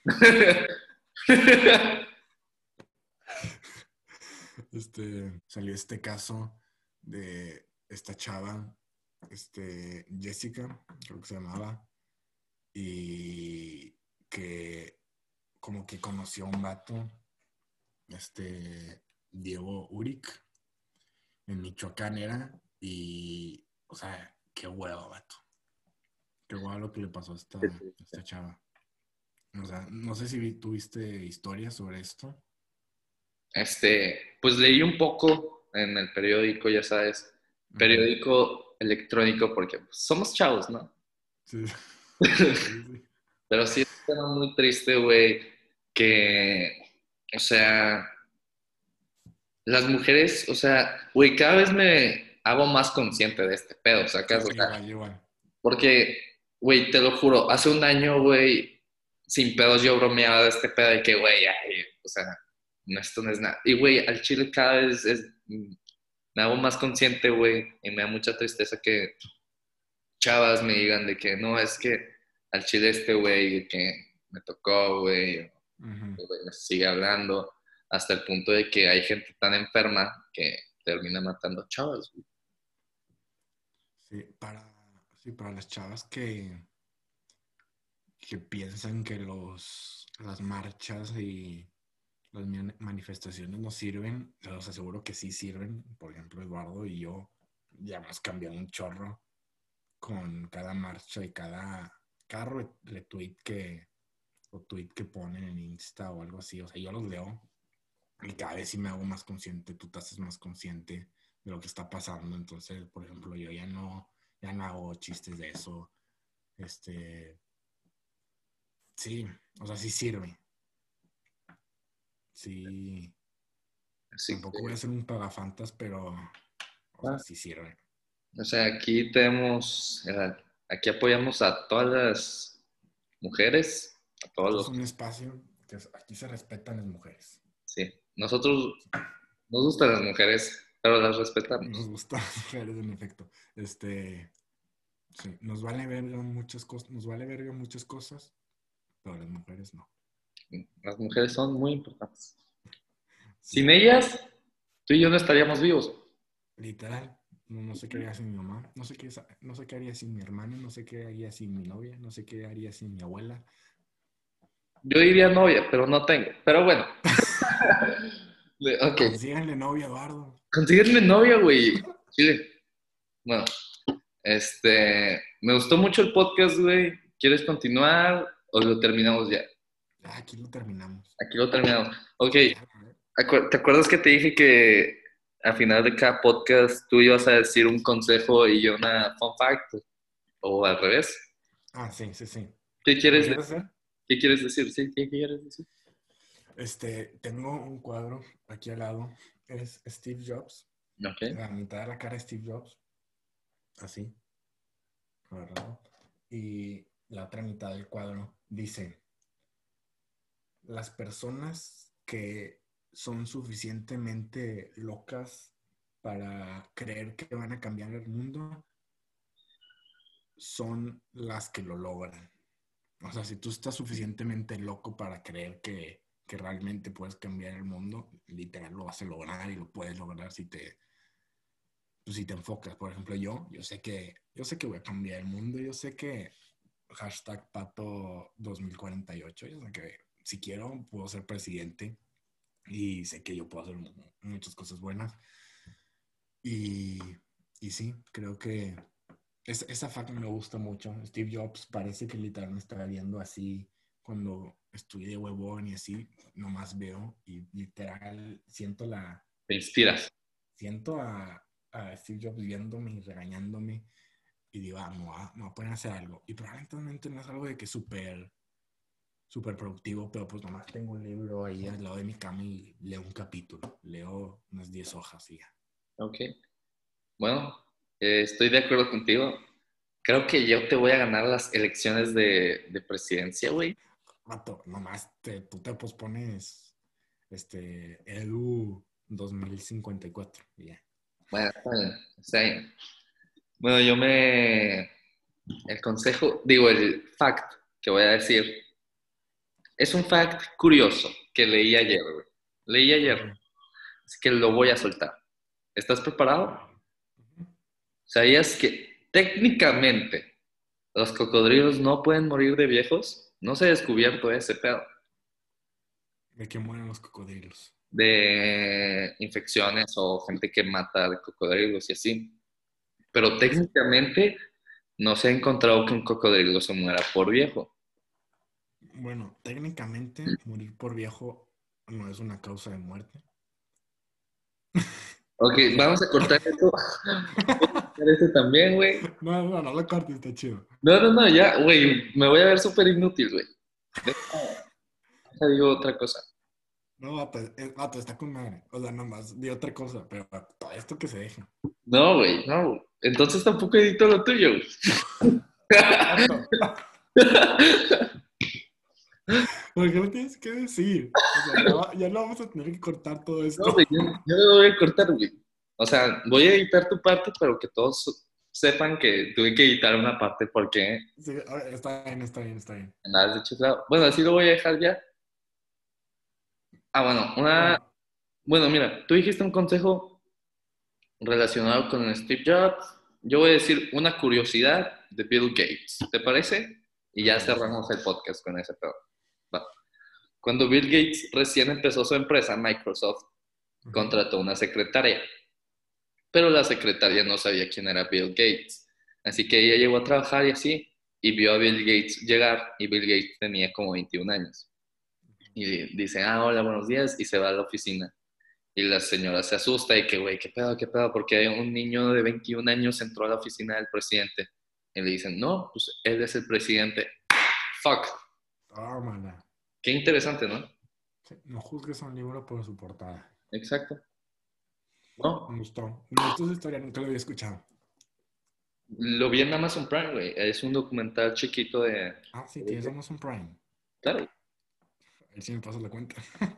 [SPEAKER 2] Este, salió este caso de esta chava, este, Jessica, creo que se llamaba, y que como que conoció a un vato, este, Diego Uric, en Michoacán era, y, o sea, qué huevo, vato. Qué huevo lo que le pasó a esta, a esta chava. O sea, no sé si vi- tuviste historias sobre esto.
[SPEAKER 1] Este, pues leí un poco en el periódico, ya sabes,
[SPEAKER 2] Ujú.
[SPEAKER 1] periódico electrónico, porque pues, somos chavos, ¿no?
[SPEAKER 2] Sí. Sí, sí.
[SPEAKER 1] Pero sí es un tema muy triste, güey, que, o sea, las mujeres, o sea, güey, cada vez me hago más consciente de este pedo,
[SPEAKER 2] Sí,
[SPEAKER 1] ¿sacas? O sea,
[SPEAKER 2] igual, igual.
[SPEAKER 1] porque, güey, te lo juro, hace un año, güey, sin pedos yo bromeaba de este pedo de que, güey, ay, o sea, no, esto no es nada. Y, güey, al chile cada vez es, me hago más consciente, güey, y me da mucha tristeza que chavas me digan de que no, es que al chile este güey que me tocó, güey,
[SPEAKER 2] Ujú.
[SPEAKER 1] o güey, me sigue hablando, hasta el punto de que hay gente tan enferma que termina matando chavas, güey.
[SPEAKER 2] Sí, para, sí, para las chavas que, que piensan que los, las marchas y las manifestaciones no sirven, les aseguro que sí sirven. Por ejemplo, Eduardo y yo ya hemos cambiado un chorro con cada marcha y cada, cada retweet que, o tweet que ponen en Insta o algo así. O sea, yo los leo y cada vez sí me hago más consciente, tú te haces más consciente de lo que está pasando. Entonces, por ejemplo, yo ya no, ya no hago chistes de eso. Este, sí, o sea, sí sirve. Sí,
[SPEAKER 1] Así
[SPEAKER 2] tampoco voy a
[SPEAKER 1] que,
[SPEAKER 2] hacer un pagafantas, pero, o sea,
[SPEAKER 1] ah,
[SPEAKER 2] sí sirve.
[SPEAKER 1] o sea, aquí tenemos, eh, aquí apoyamos a todas las mujeres, a todos
[SPEAKER 2] Este es
[SPEAKER 1] los,
[SPEAKER 2] un espacio que aquí se respetan las mujeres.
[SPEAKER 1] sí, nosotros nos gustan las mujeres, pero las
[SPEAKER 2] Nos
[SPEAKER 1] respetamos.
[SPEAKER 2] gustan las mujeres, en efecto. Este, sí, nos vale verga muchas cosas, nos vale verga muchas cosas, pero las mujeres no.
[SPEAKER 1] Las mujeres son muy importantes.
[SPEAKER 2] Sí,
[SPEAKER 1] Sin ellas, tú y yo no estaríamos vivos.
[SPEAKER 2] literal. No, no sé qué haría sin mi mamá, no sé qué, no sé qué haría sin mi hermano, no sé qué haría sin mi novia, no sé qué haría sin mi abuela.
[SPEAKER 1] Yo diría novia, pero no tengo. Pero bueno, ok.
[SPEAKER 2] Consíganle novia, Eduardo.
[SPEAKER 1] Consígueme novia, güey. Chile. Bueno, este, me gustó mucho el podcast, güey. ¿Quieres continuar o lo terminamos ya?
[SPEAKER 2] Ya, aquí lo terminamos.
[SPEAKER 1] Aquí lo terminamos. Ok,
[SPEAKER 2] Sí, ya,
[SPEAKER 1] acu- ¿te acuerdas que te dije que al final de cada podcast tú ibas a decir un consejo y yo una fun fact? ¿O al revés?
[SPEAKER 2] ah, sí, sí, sí.
[SPEAKER 1] ¿Qué
[SPEAKER 2] ¿Lo
[SPEAKER 1] quieres
[SPEAKER 2] quieres
[SPEAKER 1] decir?
[SPEAKER 2] hacer?
[SPEAKER 1] ¿Qué quieres decir? Sí, ¿qué quieres decir?
[SPEAKER 2] Este, tengo un cuadro aquí al lado. Es Steve Jobs.
[SPEAKER 1] Ok.
[SPEAKER 2] La mitad de la cara de Steve Jobs. Así, agarrado. Y la otra mitad del cuadro dice: las personas que son suficientemente locas para creer que van a cambiar el mundo son las que lo logran. O sea, si tú estás suficientemente loco para creer que, que realmente puedes cambiar el mundo, literal lo vas a lograr y lo puedes lograr si te, pues, si te enfocas, por ejemplo, yo, yo sé que, yo sé que voy a cambiar el mundo, yo sé que hashtag Pato dos mil cuarenta y ocho, yo sé que si quiero puedo ser presidente y sé que yo puedo hacer muchas cosas buenas. Y, y sí, creo que es, esa fact me gusta mucho. Steve Jobs parece que literal me estaba viendo así cuando estudié de huevón y así, nomás veo y literal siento la,
[SPEAKER 1] Te inspiras.
[SPEAKER 2] siento a, a Steve Jobs viéndome y regañándome y digo, ah, me voy a, me voy a poner a hacer algo. Y probablemente no es algo de que súper, súper productivo, pero pues nomás tengo un libro ahí al lado de mi cama y leo un capítulo, leo unas diez hojas y ya.
[SPEAKER 1] Ok. Bueno, eh, estoy de acuerdo contigo. Creo que yo te voy a ganar las elecciones de, de presidencia, güey.
[SPEAKER 2] Vato, nomás te, tú te pospones este, Edu dos mil cincuenta y cuatro y ya.
[SPEAKER 1] Bueno, está bien, está bien. Bueno, yo me... El consejo, digo, el fact que voy a decir, es un fact curioso que leí ayer, güey. Leí ayer,
[SPEAKER 2] Okay.
[SPEAKER 1] así que lo voy a soltar. ¿Estás preparado? ¿Sabías que técnicamente los cocodrilos no pueden morir de viejos? No se ha descubierto ese pedo
[SPEAKER 2] ¿De qué mueren los cocodrilos?
[SPEAKER 1] de infecciones o gente que mata de cocodrilos y así. Pero técnicamente no se ha encontrado que un cocodrilo se muera por viejo.
[SPEAKER 2] Bueno, técnicamente morir por viejo no es una causa de muerte.
[SPEAKER 1] Ok,
[SPEAKER 2] O sea,
[SPEAKER 1] vamos a cortar eso. Ese también, güey.
[SPEAKER 2] no, no, no lo cortes, está chido.
[SPEAKER 1] No, no, no, ya, güey, me voy a ver súper inútil, güey. Deja, deja digo otra cosa.
[SPEAKER 2] No, vato, es- vato, está con madre. O sea, nomás di otra cosa, pero todo esto que se deja.
[SPEAKER 1] No, güey, no. Entonces tampoco edito lo tuyo, güey.
[SPEAKER 2] Vato, ¿por qué lo tienes que decir? O sea, ya, va- ya no vamos a tener que cortar todo
[SPEAKER 1] No,
[SPEAKER 2] esto.
[SPEAKER 1] güey, yo, yo no lo voy a cortar, güey. O sea, voy a editar tu parte, pero que todos sepan que tuve que editar una parte porque
[SPEAKER 2] Sí, a ver, está bien, está bien, está bien.
[SPEAKER 1] andabas de chiflado. Bueno, así lo voy a dejar ya. Ah, bueno, una...
[SPEAKER 2] Bueno,
[SPEAKER 1] Bueno, mira, tú dijiste un consejo relacionado con Steve Jobs. Yo voy a decir una curiosidad de Bill Gates. ¿Te parece? Y
[SPEAKER 2] me
[SPEAKER 1] ya
[SPEAKER 2] parece.
[SPEAKER 1] cerramos el podcast con ese pedo. Va. Cuando Bill Gates recién empezó su empresa, Microsoft,
[SPEAKER 2] Ujú.
[SPEAKER 1] contrató una secretaria, pero la secretaria no sabía quién era Bill Gates. Así que ella llegó a trabajar y así, y vio a Bill Gates llegar, y Bill Gates tenía como veintiún años. Y dice, ah, hola, buenos días, y se va a la oficina. Y la señora se asusta y que, güey, ¿qué pedo, qué pedo? Porque un niño de veintiún años entró a la oficina del presidente. Y le dicen, no, pues él es el presidente. Fuck.
[SPEAKER 2] Tómala.
[SPEAKER 1] Qué interesante, ¿no?
[SPEAKER 2] Sí, no juzgues a un libro por su portada.
[SPEAKER 1] Exacto. No,
[SPEAKER 2] Me gustó. Me gustó esa historia, nunca lo había escuchado.
[SPEAKER 1] lo vi en Amazon Prime, güey. Es un documental chiquito de...
[SPEAKER 2] Ah, sí, tienes Amazon Prime.
[SPEAKER 1] Claro.
[SPEAKER 2] A ver si me pasas la cuenta.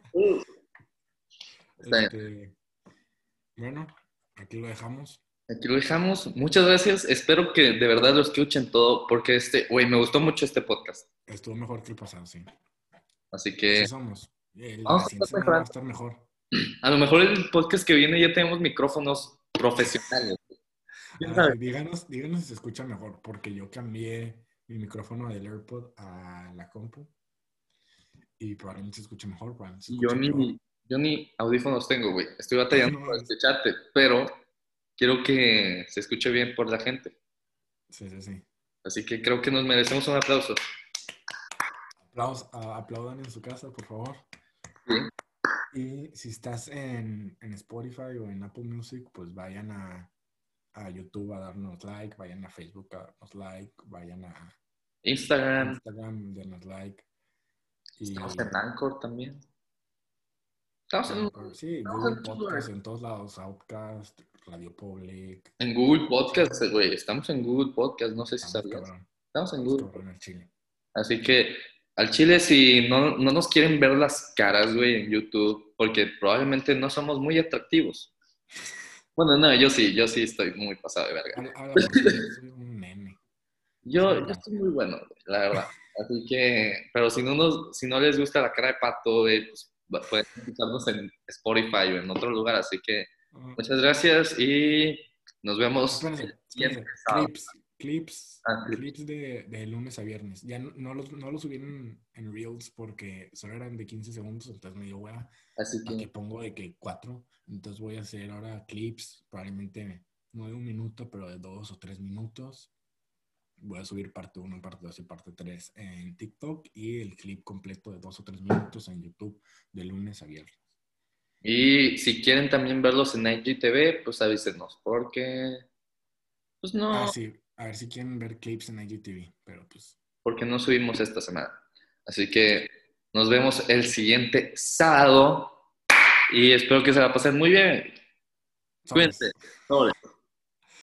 [SPEAKER 1] Está bien.
[SPEAKER 2] Este, bueno, aquí lo dejamos.
[SPEAKER 1] Aquí lo dejamos. Muchas gracias. Espero que de verdad lo escuchen todo, porque este, güey, me gustó mucho este podcast.
[SPEAKER 2] Estuvo mejor que el pasado, sí.
[SPEAKER 1] Así
[SPEAKER 2] Así
[SPEAKER 1] que
[SPEAKER 2] somos. El de
[SPEAKER 1] vamos
[SPEAKER 2] la
[SPEAKER 1] a
[SPEAKER 2] siguiente
[SPEAKER 1] estar
[SPEAKER 2] semana va a
[SPEAKER 1] mejorando.
[SPEAKER 2] estar mejor.
[SPEAKER 1] A lo mejor el podcast que viene ya tenemos micrófonos profesionales. ¿Quién
[SPEAKER 2] Ah,
[SPEAKER 1] sabe?
[SPEAKER 2] sí, díganos, díganos si se escucha mejor, porque yo cambié mi micrófono del AirPod a la compu y probablemente se escuche mejor, probablemente se
[SPEAKER 1] Yo
[SPEAKER 2] escuche peor.
[SPEAKER 1] ni, yo ni audífonos tengo, güey. Estoy batallando
[SPEAKER 2] No
[SPEAKER 1] por
[SPEAKER 2] mames.
[SPEAKER 1] escucharte, pero quiero que se escuche bien por la gente.
[SPEAKER 2] Sí, sí, sí.
[SPEAKER 1] Así que creo que nos merecemos un aplauso.
[SPEAKER 2] Aplaus- a- aplaudan en su casa, por favor.
[SPEAKER 1] Sí.
[SPEAKER 2] Y si estás en, en Spotify o en Apple Music, pues vayan a, a YouTube a darnos like, vayan a Facebook a darnos like, vayan a
[SPEAKER 1] Instagram.
[SPEAKER 2] Instagram, denos like.
[SPEAKER 1] Estamos
[SPEAKER 2] Y
[SPEAKER 1] en Anchor también. Estamos en,
[SPEAKER 2] Anchor, sí,
[SPEAKER 1] estamos en
[SPEAKER 2] Google
[SPEAKER 1] muchos
[SPEAKER 2] Podcast,
[SPEAKER 1] lugares.
[SPEAKER 2] en todos lados, Outcast, Radio Public.
[SPEAKER 1] En Google
[SPEAKER 2] Sí,
[SPEAKER 1] Podcast, güey. Estamos en Google Podcast. No sé si
[SPEAKER 2] estamos
[SPEAKER 1] sabías.
[SPEAKER 2] cabrón,
[SPEAKER 1] Estamos en
[SPEAKER 2] estamos
[SPEAKER 1] Google
[SPEAKER 2] cabrón
[SPEAKER 1] Podcast.
[SPEAKER 2] el chile.
[SPEAKER 1] Así que al Chile, si no, no nos quieren ver las caras, güey, en YouTube, porque probablemente no somos muy atractivos. Bueno, no, yo sí, yo sí estoy muy pasado de verga.
[SPEAKER 2] Habla, habla por ti, yo soy un meme, soy
[SPEAKER 1] Yo,
[SPEAKER 2] un
[SPEAKER 1] yo estoy
[SPEAKER 2] campeón.
[SPEAKER 1] muy bueno, güey, la verdad. Así que, pero si no, nos, si no les gusta la cara de pato, güey, pues va- pueden escucharnos en Spotify o en otro lugar. Así que
[SPEAKER 2] Uh,
[SPEAKER 1] muchas gracias y Nos vemos
[SPEAKER 2] Espérense,
[SPEAKER 1] el siguiente
[SPEAKER 2] espérense.
[SPEAKER 1] sábado.
[SPEAKER 2] Clips, clips,
[SPEAKER 1] Ah, clips.
[SPEAKER 2] clips de, de lunes a viernes. Ya no, no los, no los subí en, en Reels porque solo eran de quince segundos, entonces me dio hueva.
[SPEAKER 1] Así
[SPEAKER 2] Aquí
[SPEAKER 1] que,
[SPEAKER 2] pongo de que cuatro, entonces voy a hacer ahora clips, probablemente no de un minuto, pero de dos o tres minutos. Voy a subir parte uno, parte dos y parte tres en TikTok y el clip completo de dos o tres minutos en YouTube de lunes a viernes.
[SPEAKER 1] y si quieren también verlos en I G T V, pues avísenos, porque, pues
[SPEAKER 2] Ah,
[SPEAKER 1] no,
[SPEAKER 2] sí, a ver si quieren ver clips en I G T V, pero pues
[SPEAKER 1] porque no subimos esta semana. Así que nos vemos el siguiente sábado y espero que se la pasen muy bien. Cuídense.
[SPEAKER 2] sobres.
[SPEAKER 1] Sobres.